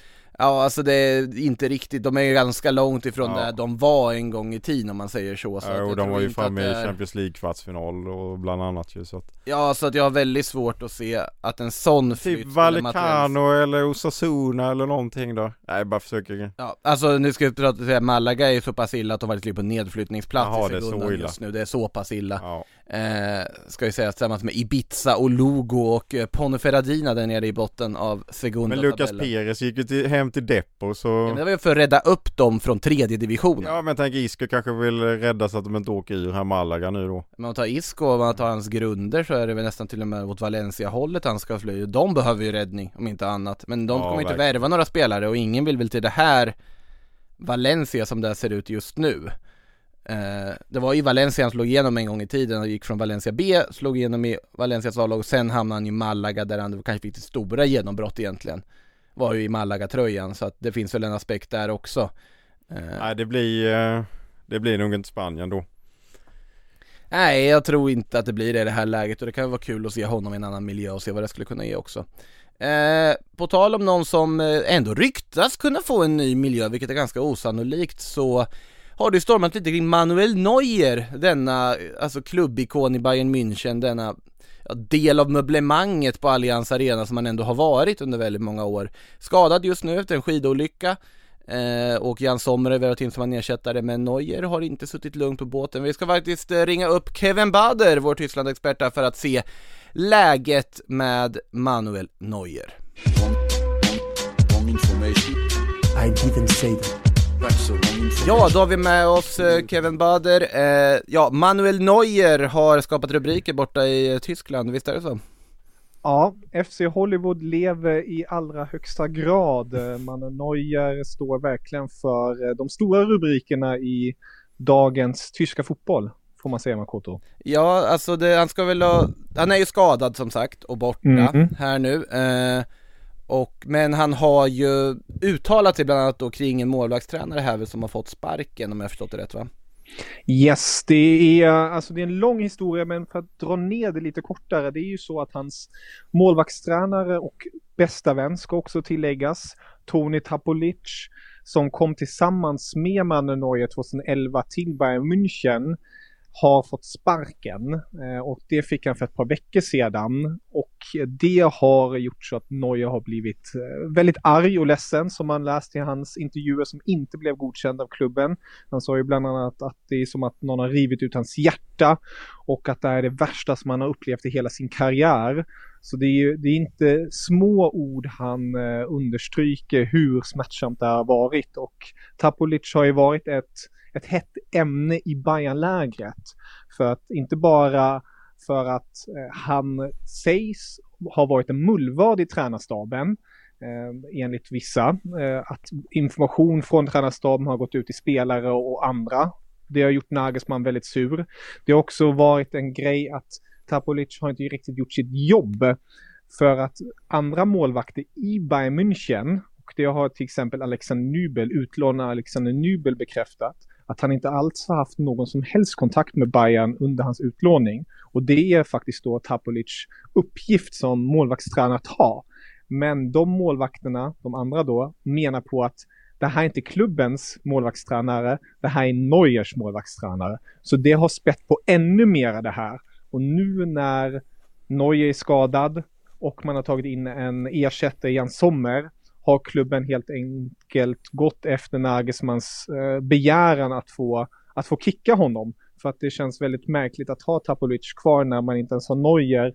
Ja, alltså det är inte riktigt, de är ju ganska långt ifrån
ja.
där de var en gång i tiden, om man säger så, så
ja, och
att
de var ju framme
är...
i Champions League kvartsfinal och bland annat ju, så att...
Ja, så att jag har väldigt svårt att se att en sån flytt
typ Vallecano eller Osasuna eller någonting då. Nej, bara försöker.
Ja, alltså nu ska jag prata säga, Malaga är ju så pass illa att de faktiskt ligger på nedflyttningsplats.
Jaha,
i
det är så illa
just nu. Det är så pass illa.
Ja.
Eh, ska jag säga, tillsammans med Ibiza och Lugo och eh, Ponferradina där nere i botten av Segunda.
Men Lucas
tabellen.
Perez gick ju till, hem till Deppo, så...
Ja, men det var ju för att rädda upp dem från tredje divisionen.
Ja, men tänk Isco kanske vill rädda så att de inte åker ur här Malaga nu då.
Men om man tar Isco och man tar hans grunder, så är det väl nästan till och med åt Valencia-hållet han ska fly. De behöver ju räddning, om inte annat. Men de
ja,
kommer inte
verkligen.
värva några spelare, och ingen vill väl till det här Valencia som det ser ut just nu. Eh, det var ju Valencia han slog igenom en gång i tiden. Han gick från Valencia B, slog igenom i Valencias A-lag, och sen hamnade han i Malaga där han kanske fick det stora genombrott egentligen. Var ju i Malaga-tröjan, så att det finns väl en aspekt där också. Eh,
Nej, det blir, det blir nog inte Spanien då.
Nej, jag tror inte att det blir det i det här läget, och det kan vara kul att se honom i en annan miljö och se vad det skulle kunna ge också. Eh, på tal om någon som ändå ryktas kunna få en ny miljö, vilket är ganska osannolikt, så har det stormat lite kring Manuel Neuer, denna alltså klubbikon i Bayern München, denna ja, del av möblemanget på Allianz Arena som han ändå har varit under väldigt många år. Skadad just nu efter en skidolycka. Eh, och Jan Sommer är väl in som en ersättare, men Neuer har inte suttit lugnt på båten. Vi ska faktiskt eh, ringa upp Kevin Bader, vår Tyskland-expert, för att se läget med Manuel Neuer.
Wrong, wrong, wrong information.
I didn't say that.
That's the wrong information.
Ja, då har vi med oss eh, Kevin Bader. Eh, ja, Manuel Neuer har skapat rubriker borta i eh, Tyskland, visst är det så?
Ja, F C Hollywood lever i allra högsta grad. Manuel Neuer står verkligen för de stora rubrikerna i dagens tyska fotboll, får man säga, Makoto.
Ja, alltså det, han ska väl ha, han är ju skadad som sagt och borta
Mm-hmm.
här nu. Eh, och, men han har ju uttalat sig bland annat då kring en målvaktstränare här som har fått sparken, om jag har förstått det rätt, va?
Yes, det är, alltså det är en lång historia, men för att dra ner det lite kortare, det är ju så att hans målvaktstränare och bästa vän ska också tilläggas, Toni Tapolic, som kom tillsammans med Manuel Neuer tjugoelva till Bayern München, har fått sparken, eh, och det fick han för ett par veckor sedan, och det har gjort så att Neuer har blivit eh, väldigt arg och ledsen, som man läste i hans intervjuer som inte blev godkända av klubben. Han sa ju bland annat att det är som att någon har rivit ut hans hjärta och att det är det värsta som han har upplevt i hela sin karriär. Så det är, det är inte små ord han eh, understryker hur smärtsamt det har varit, och Tapolic har ju varit ett ett hett ämne i Bayern-lägret, för att inte bara för att eh, han sägs ha varit en mullvad i tränarstaben eh, enligt vissa, eh, att information från tränarstaben har gått ut till spelare och andra. Det har gjort Nagelsmann väldigt sur. Det har också varit en grej att Tapolic har inte riktigt gjort sitt jobb, för att andra målvakter i Bayern München, och det har till exempel Alexander Nübel, utlånad Alexander Nübel, bekräftat att han inte alls har haft någon som helst kontakt med Bayern under hans utlåning. Och det är faktiskt då Tapolic uppgift som målvaktstränare att ha. Men de målvakterna, de andra då, menar på att det här är inte klubbens målvaktstränare, det här är Neuers målvaktstränare. Så det har spett på ännu mer det här. Och nu när Neuer är skadad och man har tagit in en ersättare, Jan Sommer, har klubben helt enkelt gått efter Nagelsmans eh, begäran att få, att få kicka honom. För att det känns väldigt märkligt att ha Tapolic kvar när man inte ens har Neuer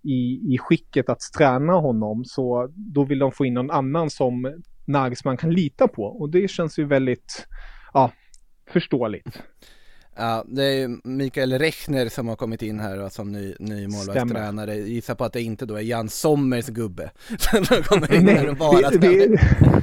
i, i skicket att träna honom. Så då vill de få in någon annan som Nagelsmann kan lita på. Och det känns ju väldigt ja, förståeligt.
Ja, det är Mikael Rechner som har kommit in här och som ny, ny målvaktstränare. Gissar på att det inte då är Jan Sommers gubbe som kommer in här och bara
det, det,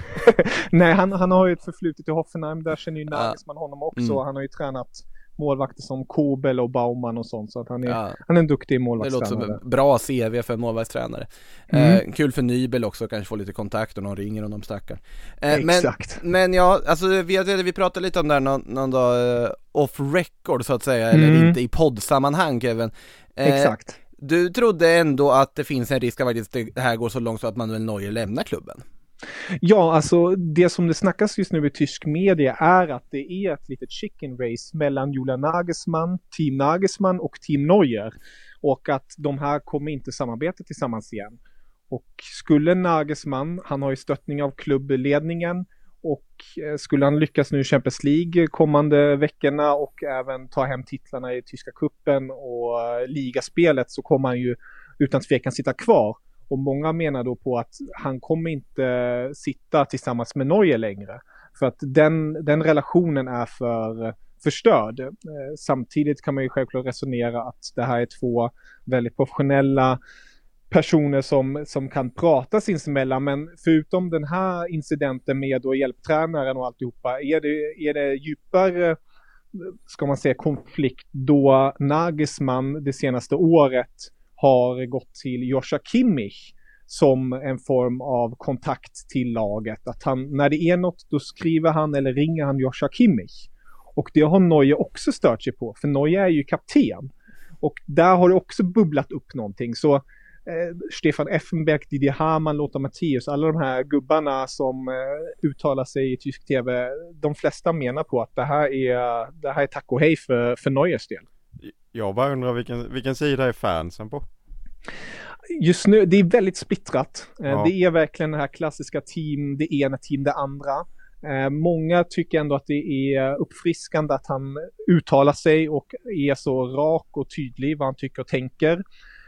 Nej, han, han har ju ett förflutet i Hoffenheim. Där känner ju Nagelsmann ja. honom också. Mm. Han har ju tränat målvakter som Kobel och Baumann och sånt, så att han är, ja. han är en duktig målvaktstränare. Det låter som en bra C V för en målvaktstränare. Mm. Eh, kul för Nybel också, kanske få lite kontakt och någon ringer om de stackar. Eh, Exakt.
Men, men ja, alltså vi, vi pratade lite om det här någon, någon dag eh, off record så att säga, mm. eller inte i poddsammanhang, Kevin. Eh,
Exakt.
Du trodde ändå att det finns en risk att det här går så långt så att Manuel Neuer lämnar klubben?
Ja, alltså det som det snackas just nu i tysk media är att det är ett litet chicken race mellan Julian Nagelsmann, Team Nagelsmann och Team Neuer, och att de här kommer inte samarbeta tillsammans igen. Och skulle Nagelsmann, han har ju stöttning av klubbledningen, och skulle han lyckas nu i Champions League kommande veckorna och även ta hem titlarna i tyska kuppen och ligaspelet, så kommer han ju utan tvekan sitta kvar. Och många menar då på att han kommer inte sitta tillsammans med Neuer längre. För att den, den relationen är för förstörd. Eh, samtidigt kan man ju självklart resonera att det här är två väldigt professionella personer som, som kan prata sinsemellan. Men förutom den här incidenten med då hjälptränaren och alltihopa, är det, är det djupare, ska man säga, konflikt då Nagelsmann det senaste året har gått till Joshua Kimmich som en form av kontakt till laget. Att han, när det är något, då skriver han eller ringer han Joshua Kimmich. Och det har Neuer också stört sig på, för Neuer är ju kapten. Och där har det också bubblat upp någonting. Så eh, Stefan Effenberg, Didier Hamann, Lothar Matthäus, alla de här gubbarna som eh, uttalar sig i tysk tv, de flesta menar på att det här är, det här är tack och hej för, för Neuers del.
Jag bara undrar vilken, vilken sida är fansen på?
Just nu, det är väldigt splittrat.
Ja.
Det är verkligen det här klassiska team, det ena team, det andra. Eh, många tycker ändå att det är uppfriskande att han uttalar sig och är så rak och tydlig vad han tycker och tänker.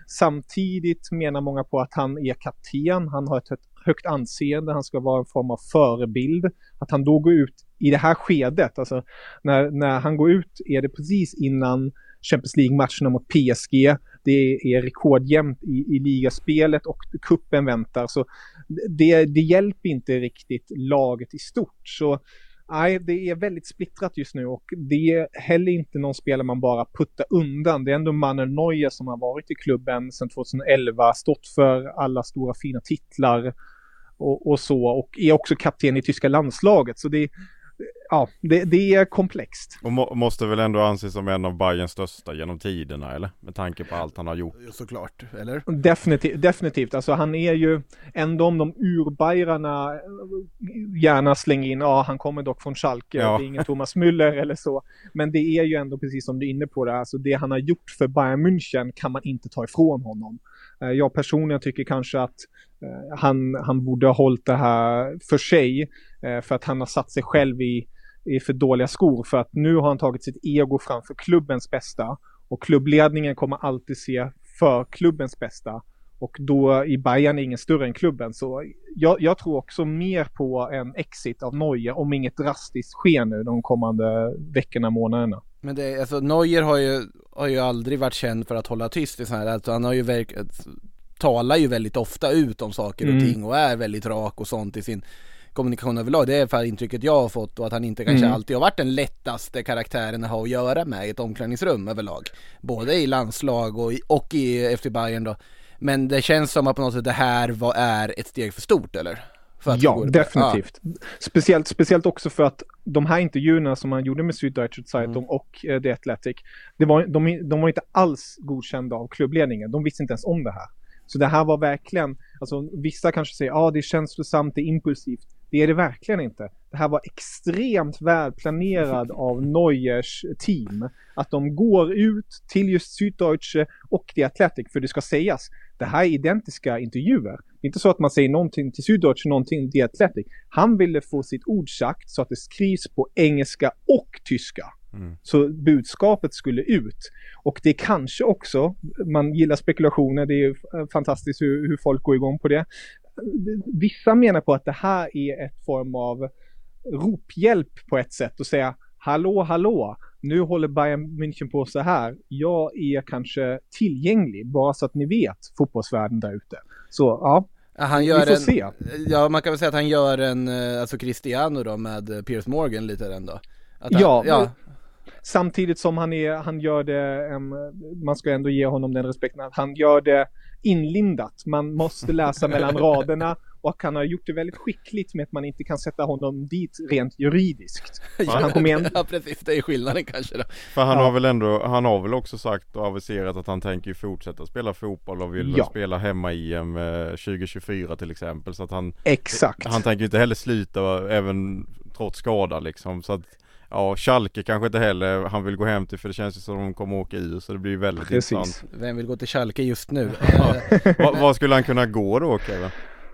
Samtidigt menar många på att han är kapten, han har ett högt anseende, han ska vara en form av förebild. Att han då går ut i det här skedet, alltså när, när han går ut är det precis innan Champions League-matcherna mot P S G. Det är rekordjämnt i, i ligaspelet och kuppen väntar. Så det, det hjälper inte riktigt laget i stort. Så nej, det är väldigt splittrat just nu och det är heller inte någon spelare man bara puttar undan. Det är ändå Manuel Neuer som har varit i klubben sedan tjugoelva, stått för alla stora fina titlar och, och så. Och är också kapten i tyska landslaget. Så det Ja, det, det är komplext.
Och må, måste väl ändå anses som en av Bayerns största genom tiderna, eller? Med tanke på allt han har gjort.
Såklart, eller?
Definitivt, definitivt. Alltså han är ju ändå om de urbayerna gärna slänger in, ja han kommer dock från Schalke, ja. Det är ingen Thomas Müller eller så. Men det är ju ändå precis som du är inne på det, alltså det han har gjort för Bayern München kan man inte ta ifrån honom. Jag personligen tycker kanske att han, han borde ha hållit det här för sig, för att han har satt sig själv i, i för dåliga skor, för att nu har han tagit sitt ego framför klubbens bästa och klubbledningen kommer alltid se för klubbens bästa och då i Bayern är ingen större än klubben, så jag, jag tror också mer på en exit av Neuer om inget drastiskt sker nu de kommande veckorna, månaderna.
Men det, alltså Neuer har ju, har ju aldrig varit känd för att hålla tyst i sån här, alltså han har ju verkat, talar ju väldigt ofta ut om saker och
Mm.
ting och är väldigt rak och sånt i sin kommunikation överlag. Det är för intrycket jag har fått, och att han inte kanske
Mm.
alltid har varit den lättaste karaktären att ha att göra med i ett omklädningsrum överlag. Både i landslag och i, och i F C Bayern då. Men det känns som att på något sätt det här var, är ett steg för stort, eller? För att
Ja, definitivt. Ja. Speciellt, speciellt också för att de här intervjuerna som han gjorde med Süddeutsche Zeitung mm. och eh, The Athletic, det var, de, de var inte alls godkända av klubbledningen. De visste inte ens om det här. Så det här var verkligen, alltså vissa kanske säger, ja ah, det är känslosamt, det är impulsivt. Det är det verkligen inte. Det här var extremt välplanerad av Neuers team. Att de går ut till just Süddeutsche och The Athletic, för det ska sägas. Det här är identiska intervjuer. Det är inte så att man säger någonting till Süddeutsche, någonting till The Athletic. Han ville få sitt ord sagt så att det skrivs på engelska och tyska. Mm. Så budskapet skulle ut. Och det kanske också, man gillar spekulationer, det är fantastiskt hur, hur folk går igång på det. Vissa menar på att det här är ett form av rophjälp på ett sätt, och säga hallå, hallå, nu håller Bayern München på så här. Jag är kanske tillgänglig, bara så att ni vet, fotbollsvärlden där ute. Så ja,
han gör
vi får
en,
se.
Ja, man kan väl säga att han gör en, alltså Cristiano då med Piers Morgan lite ändå. Att han,
ja,
ja.
Samtidigt som han, är, han gör det, um, man ska ändå ge honom den respekten att han gör det inlindat. Man måste läsa mellan raderna, och han har gjort det väldigt skickligt med att man inte kan sätta honom dit rent juridiskt.
Ja,
han kommer igen...
ja, precis, det är skillnaden kanske då.
För han
ja.
har väl ändå, han har väl också sagt och aviserat att han tänker fortsätta spela fotboll och vill ja. spela hemma i E M tjugo tjugofyra till exempel, så att han
Exakt.
Han tänker inte heller sluta även trots skada liksom, så att ja, Schalke kanske inte heller han vill gå hem till, för det känns ju som att de kommer åka ur, så det blir väldigt
Precis.
intressant.
Vem vill gå till Schalke just nu?
Vad va skulle han kunna gå då, Kevin?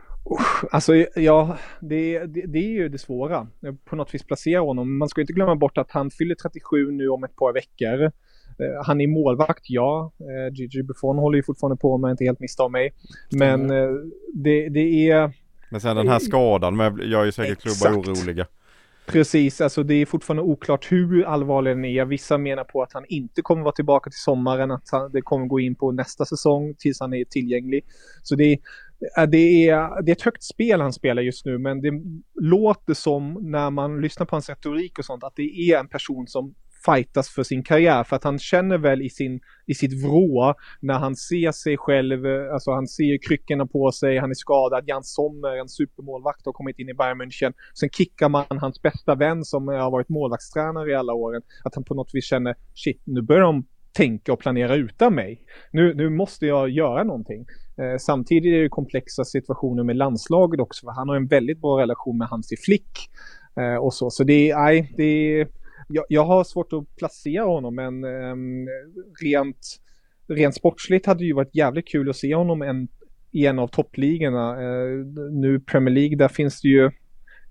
Alltså ja, det, det, det är ju det svåra. På något vis placera honom. Man ska inte glömma bort att han fyller trettiosju nu om ett par veckor. Han är målvakt, ja. Gigi Buffon håller ju fortfarande på, om jag inte helt misstar mig. Men det, det är...
Men sen den här skadan med, gör ju säkert klubbar oroliga.
Precis, alltså det är fortfarande oklart hur allvarlig den är. Vissa menar på att han inte kommer vara tillbaka till sommaren, att han, det kommer gå in på nästa säsong tills han är tillgänglig. Så det, det, är, det är ett högt spel han spelar just nu, men det låter som, när man lyssnar på hans retorik och sånt, att det är en person som fightas för sin karriär, för att han känner väl i, sin, i sitt vrå när han ser sig själv, alltså han ser kryckorna på sig, han är skadad, Jan Sommer, en supermålvakt, har kommit in i Bayern München, sen kickar man hans bästa vän som har varit målvaktstränare i alla åren, att han på något vis känner, shit, nu börjar de tänka och planera utan mig, nu, nu måste jag göra någonting. Eh, samtidigt är det komplexa situationer med landslaget också, för han har en väldigt bra relation med Hansi Flick eh, och så, så det är, nej, det är Jag, jag har svårt att placera honom, men um, rent, rent sportsligt hade det ju varit jävligt kul att se honom en, i en av toppligorna. Uh, nu Premier League, där finns det ju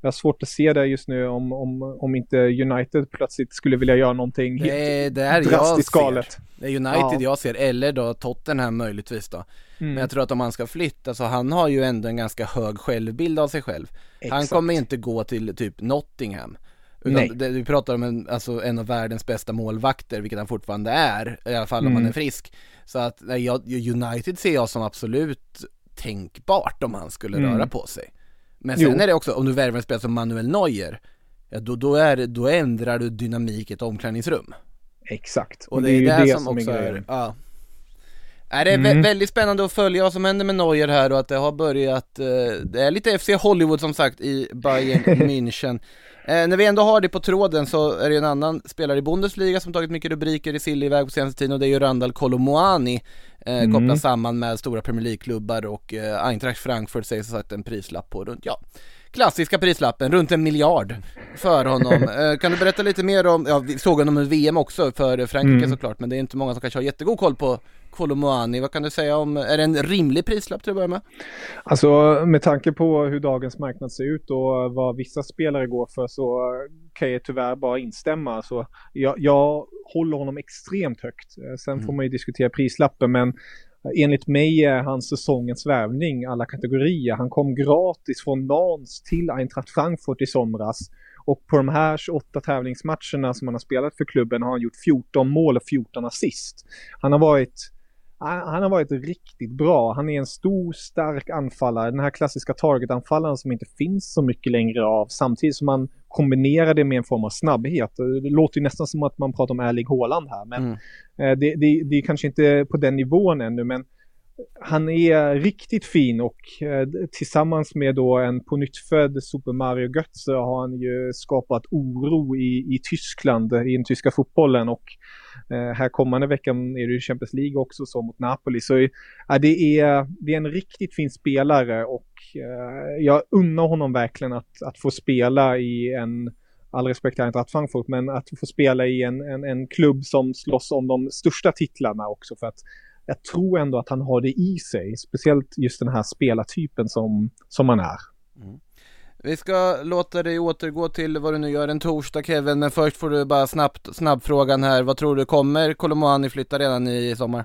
Jag har svårt att se det just nu om, om, om inte United plötsligt skulle vilja göra någonting
det är,
helt
det är
drastiskt
jag
galet.
Ser. Det är United ja. jag ser, eller då Tottenham möjligtvis då. Mm. Men jag tror att om han ska flytta så han har ju ändå en ganska hög självbild av sig själv. Exakt. Han kommer inte gå till typ Nottingham. Utan det, vi pratar om en, alltså en av världens bästa målvakter, vilket han fortfarande är, i alla fall om mm. han är frisk. Så att nej, jag, United ser jag som absolut tänkbart om han skulle mm. röra på sig. Men sen jo. är det också, om du värvar en spelare som Manuel Neuer, ja, då, då, är, då ändrar du dynamik i ett omklädningsrum.
Exakt.
Och det, det är det, det som, som också är, är ja. Är det är mm. väldigt spännande att följa vad som händer med Neuer här och att det har börjat, eh, det är lite F C Hollywood som sagt i Bayern München. Eh, när vi ändå har det på tråden så är det en annan spelare i Bundesliga som tagit mycket rubriker i Silly iväg på senaste tiden och det är ju Randal Kolo Muani eh, mm. kopplas samman med stora Premier League-klubbar och eh, Eintracht Frankfurt sägs ha satt en prislapp på runt, ja, klassiska prislappen, runt en miljard för honom. eh, kan du berätta lite mer om, ja vi såg honom i V M också för Frankrike mm. såklart, men det är inte många som kanske har jättegod koll på Kolo Muani. Vad kan du säga om, är det en rimlig prislapp till att börja med?
Alltså med tanke på hur dagens marknad ser ut och vad vissa spelare går för så kan jag tyvärr bara instämma. Så jag, jag håller honom extremt högt. Sen mm. får man ju diskutera prislappen, men enligt mig är hans säsongens värvning alla kategorier. Han kom gratis från Nantes till Eintracht Frankfurt i somras. Och på de här tjugoåtta tävlingsmatcherna som han har spelat för klubben har han gjort fjorton mål och fjorton assist. Han har varit Han har varit riktigt bra. Han är en stor, stark anfallare. Den här klassiska target-anfallaren som inte finns så mycket längre av. Samtidigt som man kombinerar det med en form av snabbhet. Det låter ju nästan som att man pratar om Erling Haaland här. Men mm. det, det, det är kanske inte på den nivån ännu. Men han är riktigt fin och tillsammans med då en pånyttfödd Super Mario Götze har han ju skapat oro i, i Tyskland, i den tyska fotbollen. Och Eh, här kommande veckan är det ju Champions League också så mot Napoli. Så eh, det, är, det är en riktigt fin spelare och eh, jag unnar honom verkligen att, att få spela i en, all respekt till Eintracht Frankfurt, men att få spela i en, en, en klubb som slåss om de största titlarna också, för att jag tror ändå att han har det i sig, speciellt just den här spelartypen som, som han är.
Mm. Vi ska låta dig återgå till vad du nu gör en torsdag, Kevin, men först får du bara snabbt, snabbfrågan här. Vad tror du, kommer Kolo Muani flytta redan i sommar?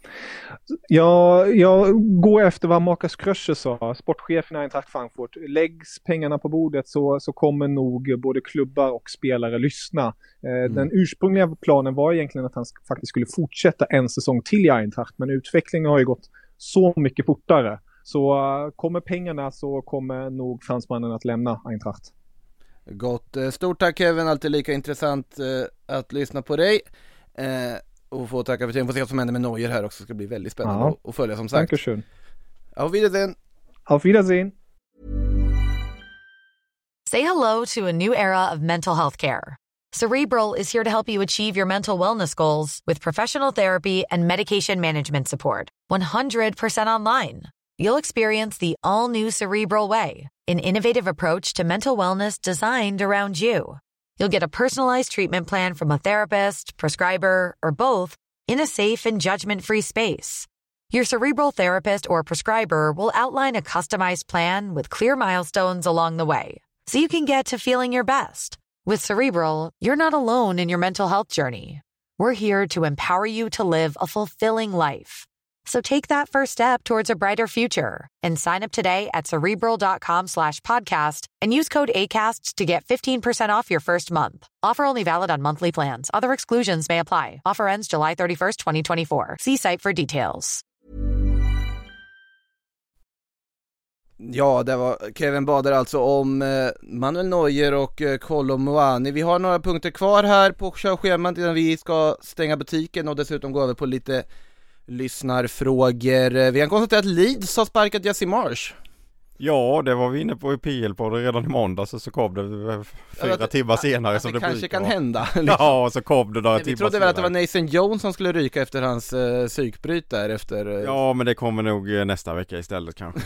Ja, jag går efter vad Marcus Krösche sa, sportchefen i Eintracht Frankfurt. Läggs pengarna på bordet så, så kommer nog både klubbar och spelare lyssna. Mm. Den ursprungliga planen var egentligen att han faktiskt skulle fortsätta en säsong till i Eintracht, men utvecklingen har ju gått så mycket fortare. Så uh, kommer pengarna så kommer nog fransmannen att lämna Eintracht.
Gott. Stort tack Kevin, alltid lika intressant uh, att lyssna på dig. Uh, och få tacka för tiden. Får se vad som händer med Neuer här också. Det ska bli väldigt spännande ja. att följa som sagt.
Dankeschön.
Auf Wiedersehen.
Auf Wiedersehen.
Say hello to a new era of mental health care. Cerebral is here to help you achieve your mental wellness goals with professional therapy and medication management support. one hundred percent online. You'll experience the all-new Cerebral Way, an innovative approach to mental wellness designed around you. You'll get a personalized treatment plan from a therapist, prescriber, or both in a safe and judgment-free space. Your Cerebral therapist or prescriber will outline a customized plan with clear milestones along the way, so you can get to feeling your best. With Cerebral, you're not alone in your mental health journey. We're here to empower you to live a fulfilling life. So take that first step towards a brighter future and sign up today at Cerebral.com slash podcast and use code ACAST to get fifteen percent off your first month. Offer only valid on monthly plans. Other exclusions may apply. Offer ends July thirty-first, twenty twenty-four. See site for details.
Ja, det var Kevin Bader alltså om eh, Manuel Neuer och eh, Kolo Muani. Vi har några punkter kvar här på körschemat innan vi ska stänga butiken och dessutom gå över på lite lyssnarfrågor. Vi har konstaterat att Leeds har sparkat Jesse Marsch.
Ja, det var vi inne på i P L på redan i måndag, så, så kom det fyra
att,
timmar
att,
senare
att
som
det,
det
kanske
brukar.
kan hända. Liksom.
Ja, så kom det några timmar senare.
Vi trodde väl att det var Nathan Jones som skulle ryka efter hans uh, psykbryt där efter... Uh...
Ja, men det kommer nog nästa vecka istället kanske.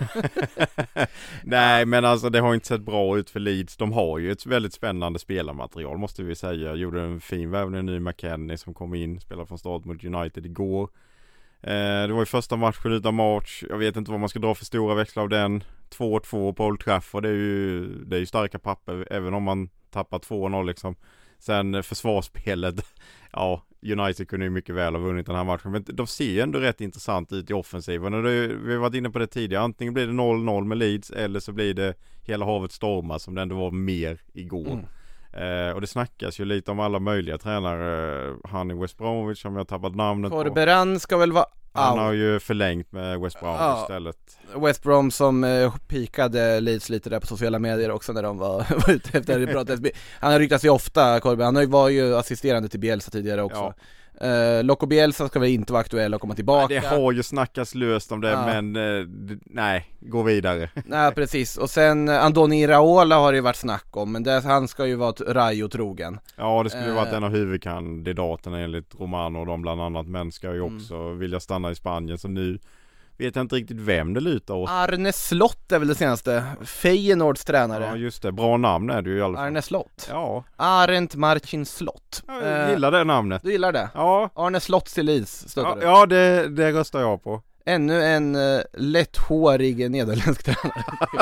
Nej, men alltså det har inte sett bra ut för Leeds. De har ju ett väldigt spännande spelarmaterial måste vi säga. Gjorde en fin värvning, ny McKennie som kom in, spelade från start mot United igår. Eh, det var ju första matchen utan March. Jag vet inte vad man ska dra för stora växlar av den. två två på Old Trafford. Det är ju, det är ju starka papper, även om man tappar två noll liksom. Sen försvarsspelet, ja, United kunde ju mycket väl ha vunnit den här matchen, men de ser ju ändå rätt intressant ut i offensiven, och det, vi har varit inne på det tidigare, antingen blir det noll noll med Leeds eller så blir det hela havet stormar, som det ändå var mer igår. Mm. Eh, och det snackas ju lite om alla möjliga tränare. Han i West Bromwich, som jag har tappat namnet på.
Corberan ska väl vara
Han har ju förlängt med West Brom ja, istället.
West Brom som eh, pikade Leeds lite där på sociala medier också när de var, var ute efter det bra. Han har ryktats ju ofta, Corberan. Han var ju assisterande till Bielsa tidigare också. Ja. Uh, Loco Bielsa ska väl inte vara aktuell och komma tillbaka.
Nej, det har ju snackats löst om det, ja. men uh, d- nej, gå vidare.
Nej, precis. Och sen uh, Andoni Iraola har det ju varit snack om, men det, han ska ju vara Rayo trogen.
Ja, det skulle ju uh, varit en av huvudkandidaterna enligt Romano och de bland annat, men ska ju också mm. vilja stanna i Spanien, så nu vet jag inte riktigt vem det lutar åt.
Arne Slott är väl det senaste. Feyenoords tränare.
Ja, just det. Bra namn är det ju i alla fall.
Arne Slott.
Ja.
Arent Marcin Slott.
Ja, jag gillar det namnet.
Du gillar det?
Ja.
Arne Slott till Leeds, stödde
ja,
du?
ja, det, det röstar jag på.
Ännu en uh, lätthårig nederländsk tränare.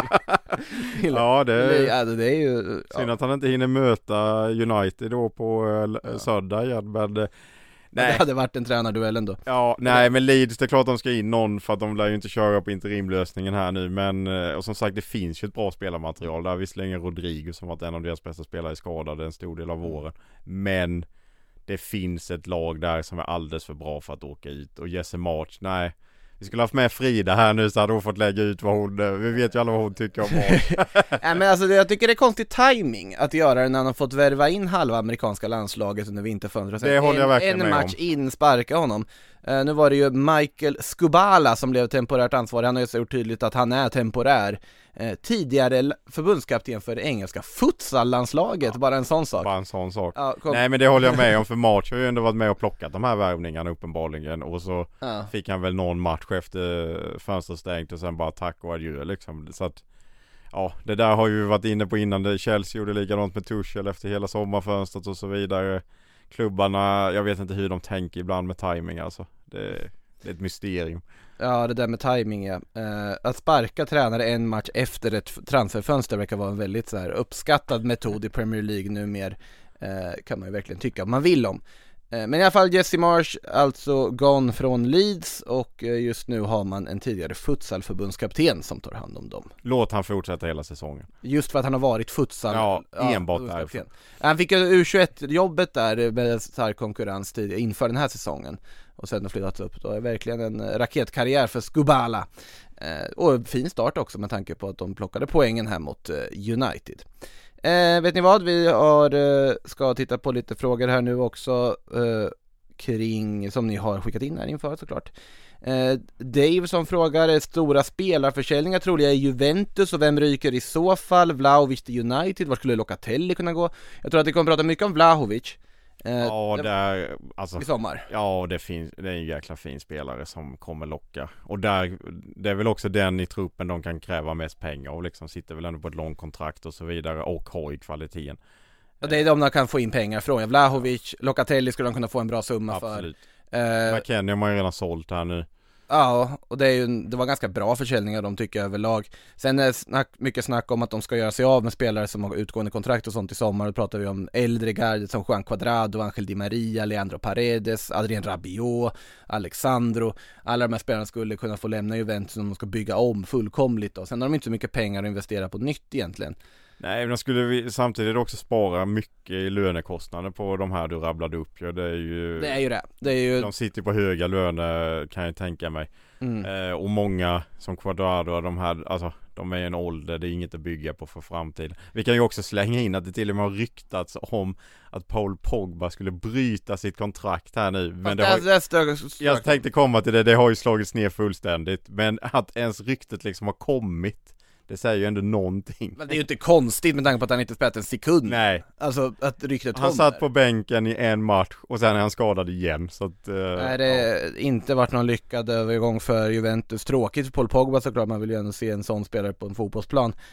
ja, det,
det, ja, det är ju...
Synd
ja.
att han inte hinner möta United då på uh, ja. söndag igen, men... Uh,
Nej. Det hade varit en tränarduell ändå.
Ja, nej, men Leeds, det är klart de ska in någon, för att de lär ju inte köra på interimlösningen här nu, men och som sagt, det finns ju ett bra spelarmaterial där. Visserligen Rodrigo som varit en av deras bästa spelare skadade en stor del av våren, men det finns ett lag där som är alldeles för bra för att åka ut. Och Jesse March, nej, vi skulle haft med Frida här nu, så hade hon fått lägga ut vad hon, vi vet ju alla vad hon tycker om March.
Nej, men alltså jag tycker det är konstig timing att göra det när han har fått värva in halva amerikanska landslaget under vinterfönstret.
Det håller jag verkligen
med
om.
En match in, sparka honom. Uh, nu var det ju Michael Skubala som blev temporärt ansvarig. Han har ju gjort tydligt att han är temporär. Uh, tidigare förbundskapten för det engelska futsal-landslaget, ja, bara en sån sak.
Bara en sån sak.
Ja,
Nej, men det håller jag med om, för March har ju ändå varit med och plockat de här värvningarna uppenbarligen, och så ja. fick han väl någon match efter fönstret stängt och sen bara tack och adjö liksom. Så att ja, det där har ju varit inne på innan. Det Chelsea gjorde likadant med Tuchel efter hela sommarfönstret och så vidare. Klubbarna, jag vet inte hur de tänker ibland med timing, alltså. Det, det är ett mysterium.
Ja, det där med timing, ja. Uh, att sparka tränare en match efter ett transferfönster verkar vara en väldigt så här uppskattad metod i Premier League numera. Uh, kan man ju verkligen tycka om man vill om. Uh, men i alla fall Jesse Marsh alltså gone från Leeds, och uh, just nu har man en tidigare futsalförbundskapten som tar hand om dem.
Låt han fortsätta hela säsongen.
Just för att han har varit futsal.
Ja, enbart ja, därför.
Han fick ju U tjugoett-jobbet där med stark konkurrens tidigare inför den här säsongen. Och sen har flyttats upp. Det är verkligen en raketkarriär för Skubala. Eh, och fin start också med tanke på att de plockade poängen här mot eh, United. Eh, vet ni vad? Vi har, eh, ska titta på lite frågor här nu också eh, kring, som ni har skickat in här inför såklart. Eh, Dave som frågar, stora spelarförsäljningar troliga i Juventus, och vem ryker i så fall? Vlahovic till United, var skulle Locatelli kunna gå? Jag tror att vi kommer prata mycket om Vlahovic.
Ja, det är, alltså,
i sommar.
Ja, det, finns, det är en jäkla fin spelare som kommer locka. Och där, det är väl också den i truppen de kan kräva mest pengar och liksom sitter väl ändå på ett långt kontrakt och så vidare, och har i kvaliteten.
Och det är de de kan få in pengar från. Vlahovic, Locatelli skulle de kunna få en bra summa för.
Absolut. Uh, McKennie har man ju redan sålt här nu.
Ja, och det, är ju, det var ganska bra försäljningar de tycker jag överlag. Sen är det snack, mycket snack om att de ska göra sig av med spelare som har utgående kontrakt och sånt i sommar. Då pratar vi om äldre gardet som Juan Cuadrado, Angel Di Maria, Leandro Paredes, Adrien Rabiot, Alexandro. Alla de här spelarna skulle kunna få lämna Juventus om de ska bygga om fullkomligt. Och sen har de inte så mycket pengar att investera på nytt egentligen.
Nej, men då skulle vi samtidigt också spara mycket i lönekostnader på de här du rabblade upp. Ja, det är ju
det. Är ju det. Det är ju...
De sitter på höga löner, kan jag tänka mig. Mm. Eh, och många som Cuadrado, de här, alltså, de är i en ålder, det är inget att bygga på för framtiden. Vi kan ju också slänga in att det till och med har ryktats om att Paul Pogba skulle bryta sitt kontrakt här nu. Men det det har, det stök, stök. Jag tänkte komma till det, det har ju slagits ner fullständigt. Men att ens ryktet liksom har kommit, det säger ju ändå någonting.
Men det är ju inte konstigt med tanke på att han inte spelat en sekund.
Nej.
Alltså att ryktet
Han satt på bänken i en match och sen är han skadad igen. Så att, uh,
Nej, det har ja. inte varit någon lyckad övergång för Juventus. Tråkigt för Paul Pogba såklart, man vill ju ändå se en sån spelare på en fotbollsplan.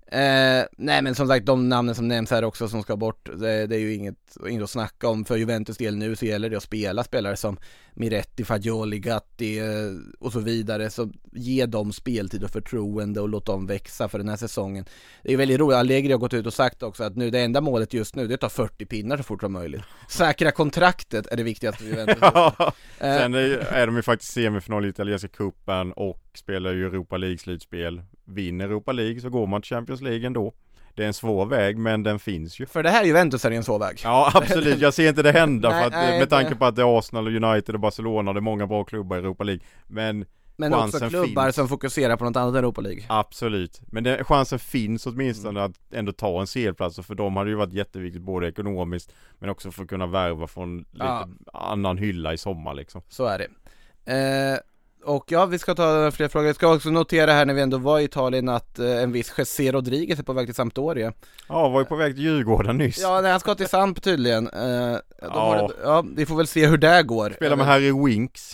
Eh, nej men som sagt, de namnen som nämns här också som ska bort, det, det är ju inget, inget att snacka om. För Juventus del nu så gäller det att spela spelare som Miretti, Fagioli, Gatti eh, och så vidare. Så ge dem speltid och förtroende och låt dem växa för den här säsongen. Det är väldigt roligt, Allegri har gått ut och sagt också att nu det enda målet just nu det är att ta fyrtio pinnar så fort som möjligt. Säkra kontraktet är det viktigaste för Juventus.
Ja, sen är, är de ju faktiskt semifinal i italienska cupen och spelar ju Europa League-slutspel. Vinner Europa League så går man till Champions League ändå. Det är en svår väg, men den finns ju.
För det här Juventus är en svår väg.
Ja, absolut. Jag ser inte det hända
nej,
för att,
nej,
med tanke
det...
på att det är Arsenal och United och Barcelona och det är många bra klubbar i Europa League. Men,
men också klubbar
finns.
Som fokuserar på något annat Europa League.
Absolut. Men det, chansen finns åtminstone mm. att ändå ta en C L-plats. Och för dem hade det ju varit jätteviktigt både ekonomiskt men också för att kunna värva från lite ja. annan hylla i sommar liksom.
Så är det. Eh... Och ja, vi ska ta fler frågor. Jag ska också notera här när vi ändå var i Italien att eh, en viss José Rodriguez är på väg till Sampdoria.
Ja, var ju på väg till Djurgården nyss.
Ja, nej, han ska till Samp tydligen. Eh, de
ja.
Det, ja, vi får väl se hur det går.
Spelar med Harry Winks.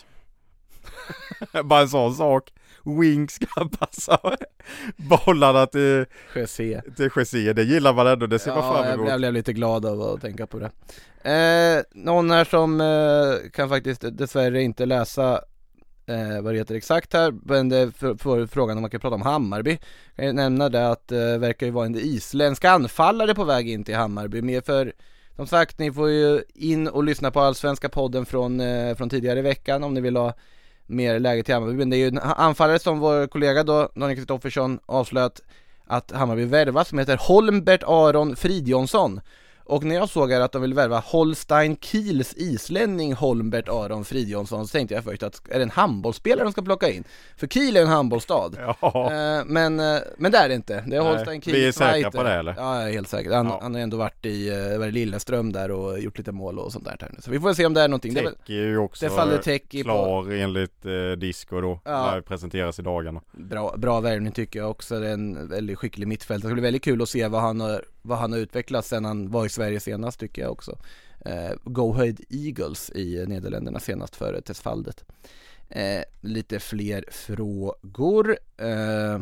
Bara en sån sak. Winks ska passa bollarna till
José.
Till José. Det gillar man ändå, det ser
ja,
man fram emot.
Jag blev lite glad av att tänka på det. Eh, någon här som eh, kan faktiskt dessvärre inte läsa Eh, vad det heter exakt här, men det för, för frågan om man kan prata om Hammarby. Kan jag nämna det att det eh, verkar ju vara en isländsk anfallare på väg in till Hammarby. Mer för, som sagt, ni får ju in och lyssna på Allsvenska podden från, eh, från tidigare i veckan om ni vill ha mer läge till Hammarby. Men det är ju en anfallare som vår kollega då, Daniel Kristoffersson, avslöjat att Hammarby värvas, som heter Holmbert Aron Fridjonsson. Och när jag såg att de vill värva Holstein Kiels islänning Holmbert Aron Fridjonsson så tänkte jag först att är det en handbollsspelare de ska plocka in? För Kiel är en handbollsstad.
Ja.
Eh, men, men det är det inte. Det är
Nej,
Holstein Kiel.
vi är säkra på det eller?
Ja, jag är helt säker. Han,
ja.
han har ändå varit i uh, Lilleström där och gjort lite mål och sånt där. Så vi får se om det är någonting.
Tech
det
är ju också
det faller Tech
klar
på...
enligt eh, Disco då.
Ja.
Där presenteras i dagarna.
Bra, bra värvning tycker jag också. Det är en väldigt skicklig mittfält. Det ska bli väldigt kul att se vad han har, vad han har utvecklat sen han var i Sverige senast tycker jag också. Eh, Go Ahead Eagles i Nederländerna senast före Tesfaldet. Eh, lite fler frågor. Eh,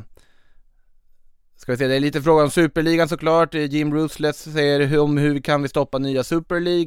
ska vi se, det är lite frågor om Superligan såklart. Jim Ruthless säger om hur kan vi stoppa nya Super League.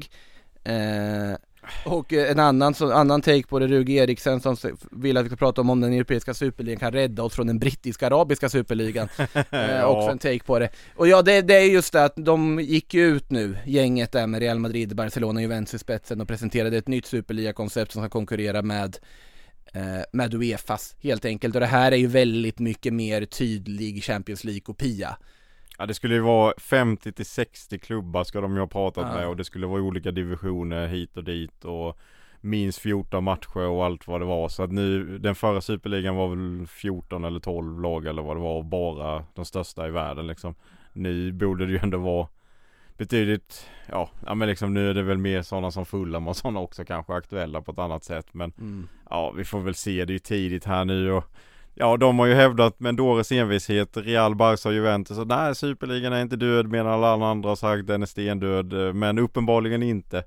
Eh, och en annan, så, annan take på det, Ruge Eriksen som vill att vi ska prata om om den europeiska superligan kan rädda oss från den brittiska-arabiska superligan. eh,
ja.
Också en take på det. Och ja, det, det är just det att de gick ut nu, gänget där med Real Madrid, Barcelona och Juventus i spetsen och presenterade ett nytt superliga-koncept som ska konkurrera med eh, med UEFAs helt enkelt. Och det här är ju väldigt mycket mer tydlig Champions League-kopia.
Ja, det skulle ju vara femtio till sextio klubbar ska de ju ha pratat
ja.
med och det skulle vara olika divisioner hit och dit och minst fjorton matcher och allt vad det var. Så att nu, den förra superligan var väl fjorton eller tolv lag eller vad det var, bara de största i världen liksom. Nu borde det ju ändå vara betydligt, ja, ja men liksom nu är det väl mer sådana som Fulham och sådana också kanske aktuella på ett annat sätt. Men
mm.
ja, vi får väl se, det är ju tidigt här nu och ja, de har ju hävdat med Dores envishet, Real, Barca och Juventus, så nej, superligan är inte död medan alla andra har sagt den är stendöd, men uppenbarligen inte.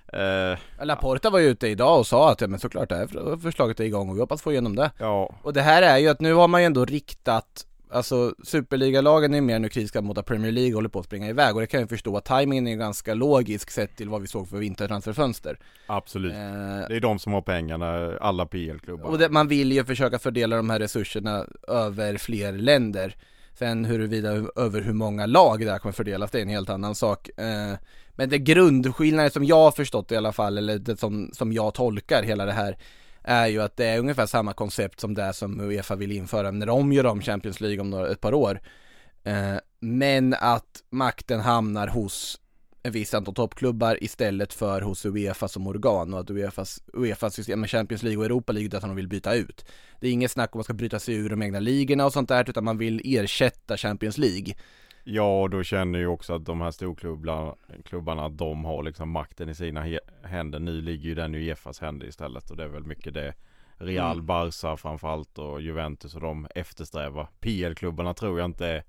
Eh,
Laporta var ju ute idag och sa att ja, men såklart det här förslaget är igång och vi hoppas få igenom det.
Ja.
Och det här är ju att nu har man ju ändå riktat, alltså superligalagen är mer nu kritiska mot att Premier League håller på att springa iväg och det kan jag förstå att timingen är ganska logisk sett till vad vi såg för vintertransferfönster.
Absolut.
Eh,
det är de som har pengarna, alla P L-klubbar.
Och det, man vill ju försöka fördela de här resurserna över fler länder. Sen huruvida över hur många lag där kommer fördelas, det är en helt annan sak. Eh, men det grundskillnaden som jag har förstått i alla fall, eller det som, som jag tolkar hela det här, är ju att det är ungefär samma koncept som det som UEFA vill införa när de gör om Champions League om några, ett par år. Eh, men att makten hamnar hos en viss antal toppklubbar istället för hos UEFA som organ och att UEFAs, UEFAs system med Champions League och Europa League där de vill byta ut. Det är inget snack om att man ska bryta sig ur de egna ligorna och sånt där utan man vill ersätta Champions League.
Ja, då känner ju också att de här storklubbarna klubbarna, de har liksom makten i sina he- händer. Nu ligger ju den i UEFAs händer istället och det är väl mycket det Real, mm. Barca framförallt och Juventus och de eftersträvar. P L-klubbarna tror jag inte är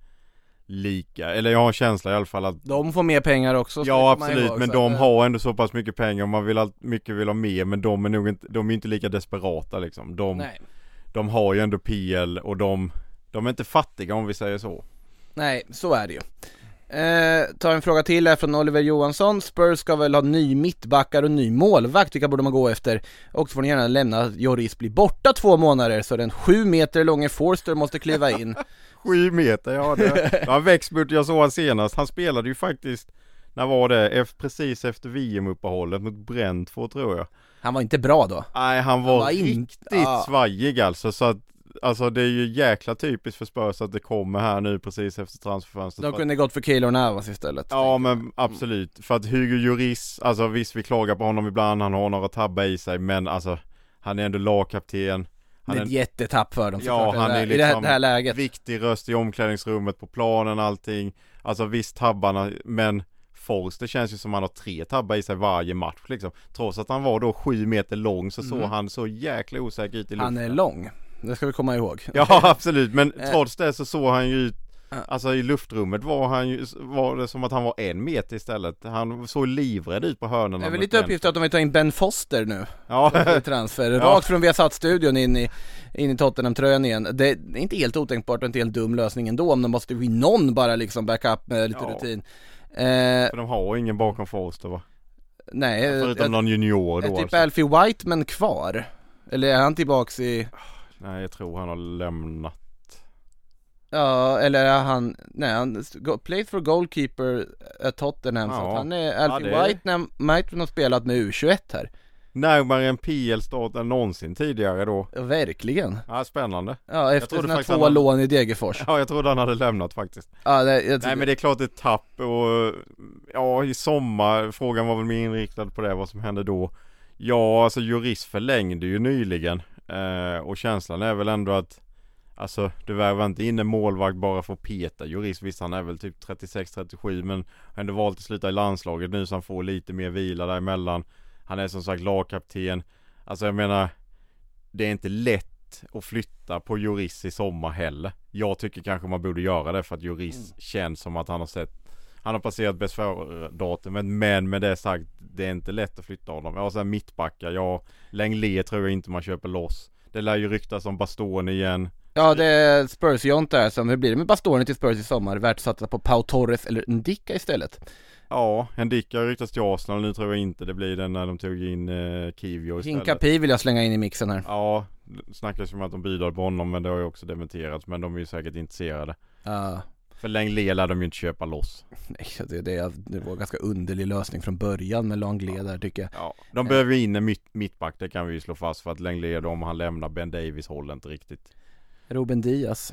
lika, eller jag har en känsla i alla fall att
de får mer pengar också.
Ja, absolut, men de har ändå så pass mycket pengar och man vill allt, mycket vill ha mer, men de är nog inte, de är inte lika desperata liksom. De,
Nej.
de har ju ändå P L och de, de är inte fattiga om vi säger så.
Nej, så är det ju. Eh, ta en fråga till här från Oliver Johansson. Spurs ska väl ha ny mittbackar och ny målvakt. Vilka borde man gå efter? Och så får ni gärna lämna att Lloris blir borta två månader så den sju meter långa Forster måste kliva in.
Sju meter, ja. Det, ja, Växburt, jag såg han senast. Han spelade ju faktiskt, när var det? Efter, precis efter V M-uppehållet mot Brentford, tror jag.
Han var inte bra då.
Nej, han var,
han var in...
riktigt
ja.
svajig alltså. Så att, alltså det är ju jäkla typiskt för Spurs att det kommer här nu precis efter transferfönstret.
De kunde gått för Keylor Navas istället.
Ja, men absolut. För att Hugo Lloris, alltså visst vi klagar på honom ibland, han har några tabbar i sig, men alltså han är ändå lagkapten. Han
det är ett jättetapp för dem
ja, han är
i det här,
liksom
det här läget.
Viktig röst i omklädningsrummet, på planen, allting. Alltså visst tabbarna, men Forster känns ju som han har tre tabbar i sig varje match liksom. Trots att han var då sju meter lång så såg mm. han så jäkla osäker ut i luften.
Han är lång, det ska vi komma ihåg.
Ja, absolut, men trots det så såg han ju ut, alltså i luftrummet var han ju, var det som att han var en meter istället. Han såg livrädd ut på hörnorna.
Det är väl lite uppgift att de vill ta in Ben Foster nu.
Ja.
Transfer. Rakt ja. Från Viasat-studion in i, in i Tottenham-tröjan igen. Det är inte helt otänkbart och inte helt dum lösning ändå om de måste bli någon bara liksom backup med lite ja. rutin.
Eh, För de har ingen bakom Forster, va?
Nej.
Förutom ett, någon junior då.
Är typ
alltså.
Alfie Whiteman kvar? Eller är han tillbaks i...
Nej, jag tror han har lämnat.
Ja, eller är han... Nej, han played for goalkeeper at Tottenham. Ja. Så att han är Alfie ja, Whiteman, Whiteman har spelat med U tjugoett här.
Närmare en P L-start än någonsin tidigare då.
Ja, verkligen.
Ja, spännande.
Ja, efter sina två han... lån i Degerfors.
Ja, jag trodde han hade lämnat faktiskt.
Ja, det, jag...
Nej, men det är klart ett tapp. Och ja, i sommar, frågan var väl mer inriktad på det, vad som hände då. Ja, alltså Lloris förlängde ju nyligen. Eh, och känslan är väl ändå att alltså, du värvar inte in en målvakt bara för att peta Lloris. Visst, han är väl typ trettiosex trettiosju, men har ändå valt att sluta i landslaget nu så han får lite mer vila däremellan. Han är som sagt lagkapten. Alltså jag menar, det är inte lätt att flytta på Lloris i sommar heller. Jag tycker kanske man borde göra det för att Lloris mm. känns som att han har sett, han har passerat bäst för datumet, men med det sagt, det är inte lätt att flytta honom. Ja, sen mittbackar, ja, Lenglet tror jag inte man köper loss. Det lär ju ryktas om Bastoni igen.
Ja, det är Spurs-Jont där som, hur blir det med Bastoni till Spurs i sommar? Värt att satsa på Pau Torres eller Ndicka istället.
Ja, Ndicka har ryktats till Arsenal, nu tror jag inte det blir den när de tog in eh, Kivio istället.
Hinkapi vill jag slänga in i mixen här.
Ja, det snackas om att de bidrar på honom, men det har ju också dementerats, men de är ju säkert intresserade.
Ja. Uh.
För Lenglet lär de ju inte köpa loss.
Nej, det, det, det var en ganska underlig lösning från början med Lenglet där tycker jag.
Ja, de behöver in en mitt, mittback, det kan vi ju slå fast, för att Lenglet, om han lämnar Ben Davis, håller inte riktigt.
Ruben Diaz.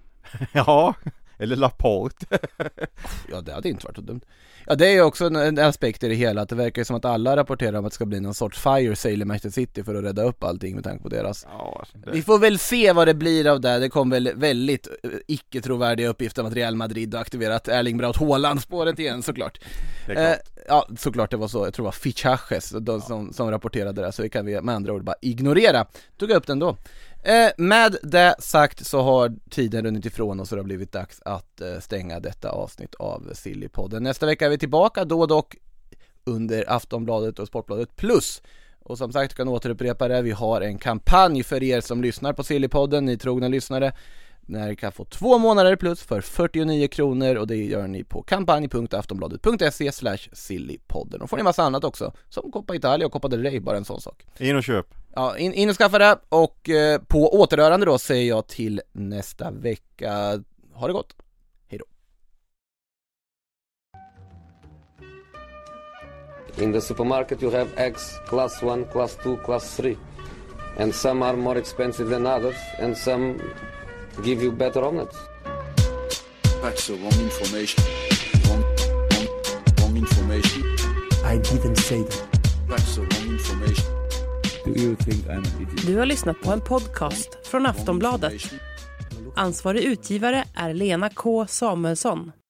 Ja, eller Laporte.
Ja, det hade inte varit så dumt. Ja, det är ju också en, en aspekt i det hela, att det verkar som att alla rapporterar om att det ska bli någon sorts fire sale i Manchester City för att rädda upp allting med tanke på deras.
Ja, det...
Vi får väl se vad det blir av det. Det kom väl väldigt icke-trovärdiga uppgifter om att Real Madrid har aktiverat Erling Braut Haaland-spåret igen, såklart.
Det är klart.
Eh, ja, såklart det var så. Jag tror det var Fichajes de som, som rapporterade det, så det kan vi med andra ord bara ignorera. Tog jag upp den då. Eh, med det sagt så har tiden runnit ifrån oss och det har blivit dags att eh, stänga detta avsnitt av Sillypodden. Nästa vecka är vi tillbaka, då dock under Aftonbladet och Sportbladet Plus. Och som sagt, jag kan återupprepa det, vi har en kampanj för er som lyssnar på Sillypodden, ni trogna lyssnare. När ni kan få två månader plus för fyrtionio kronor, och det gör ni på kampanj punkt aftonbladet punkt se slash sillypodden. Och får ni massa annat också, som Coppa Italia och Coppa del Rey, bara en sån sak.
In och köp.
Ja, in, in och skaffa det, och eh, på återhörande då säger jag till nästa vecka. Ha det gott. Hej då.
In the supermarket you have eggs class one, class two, class three. And some are more expensive than others, and some give you better omelets.
That's the wrong information. Wrong, wrong, wrong information.
I didn't say that.
That's the wrong information.
Do you think I'm an idiot?
Du har lyssnat på en podcast från Aftonbladet. Ansvarig utgivare är Lena K. Samuelsson.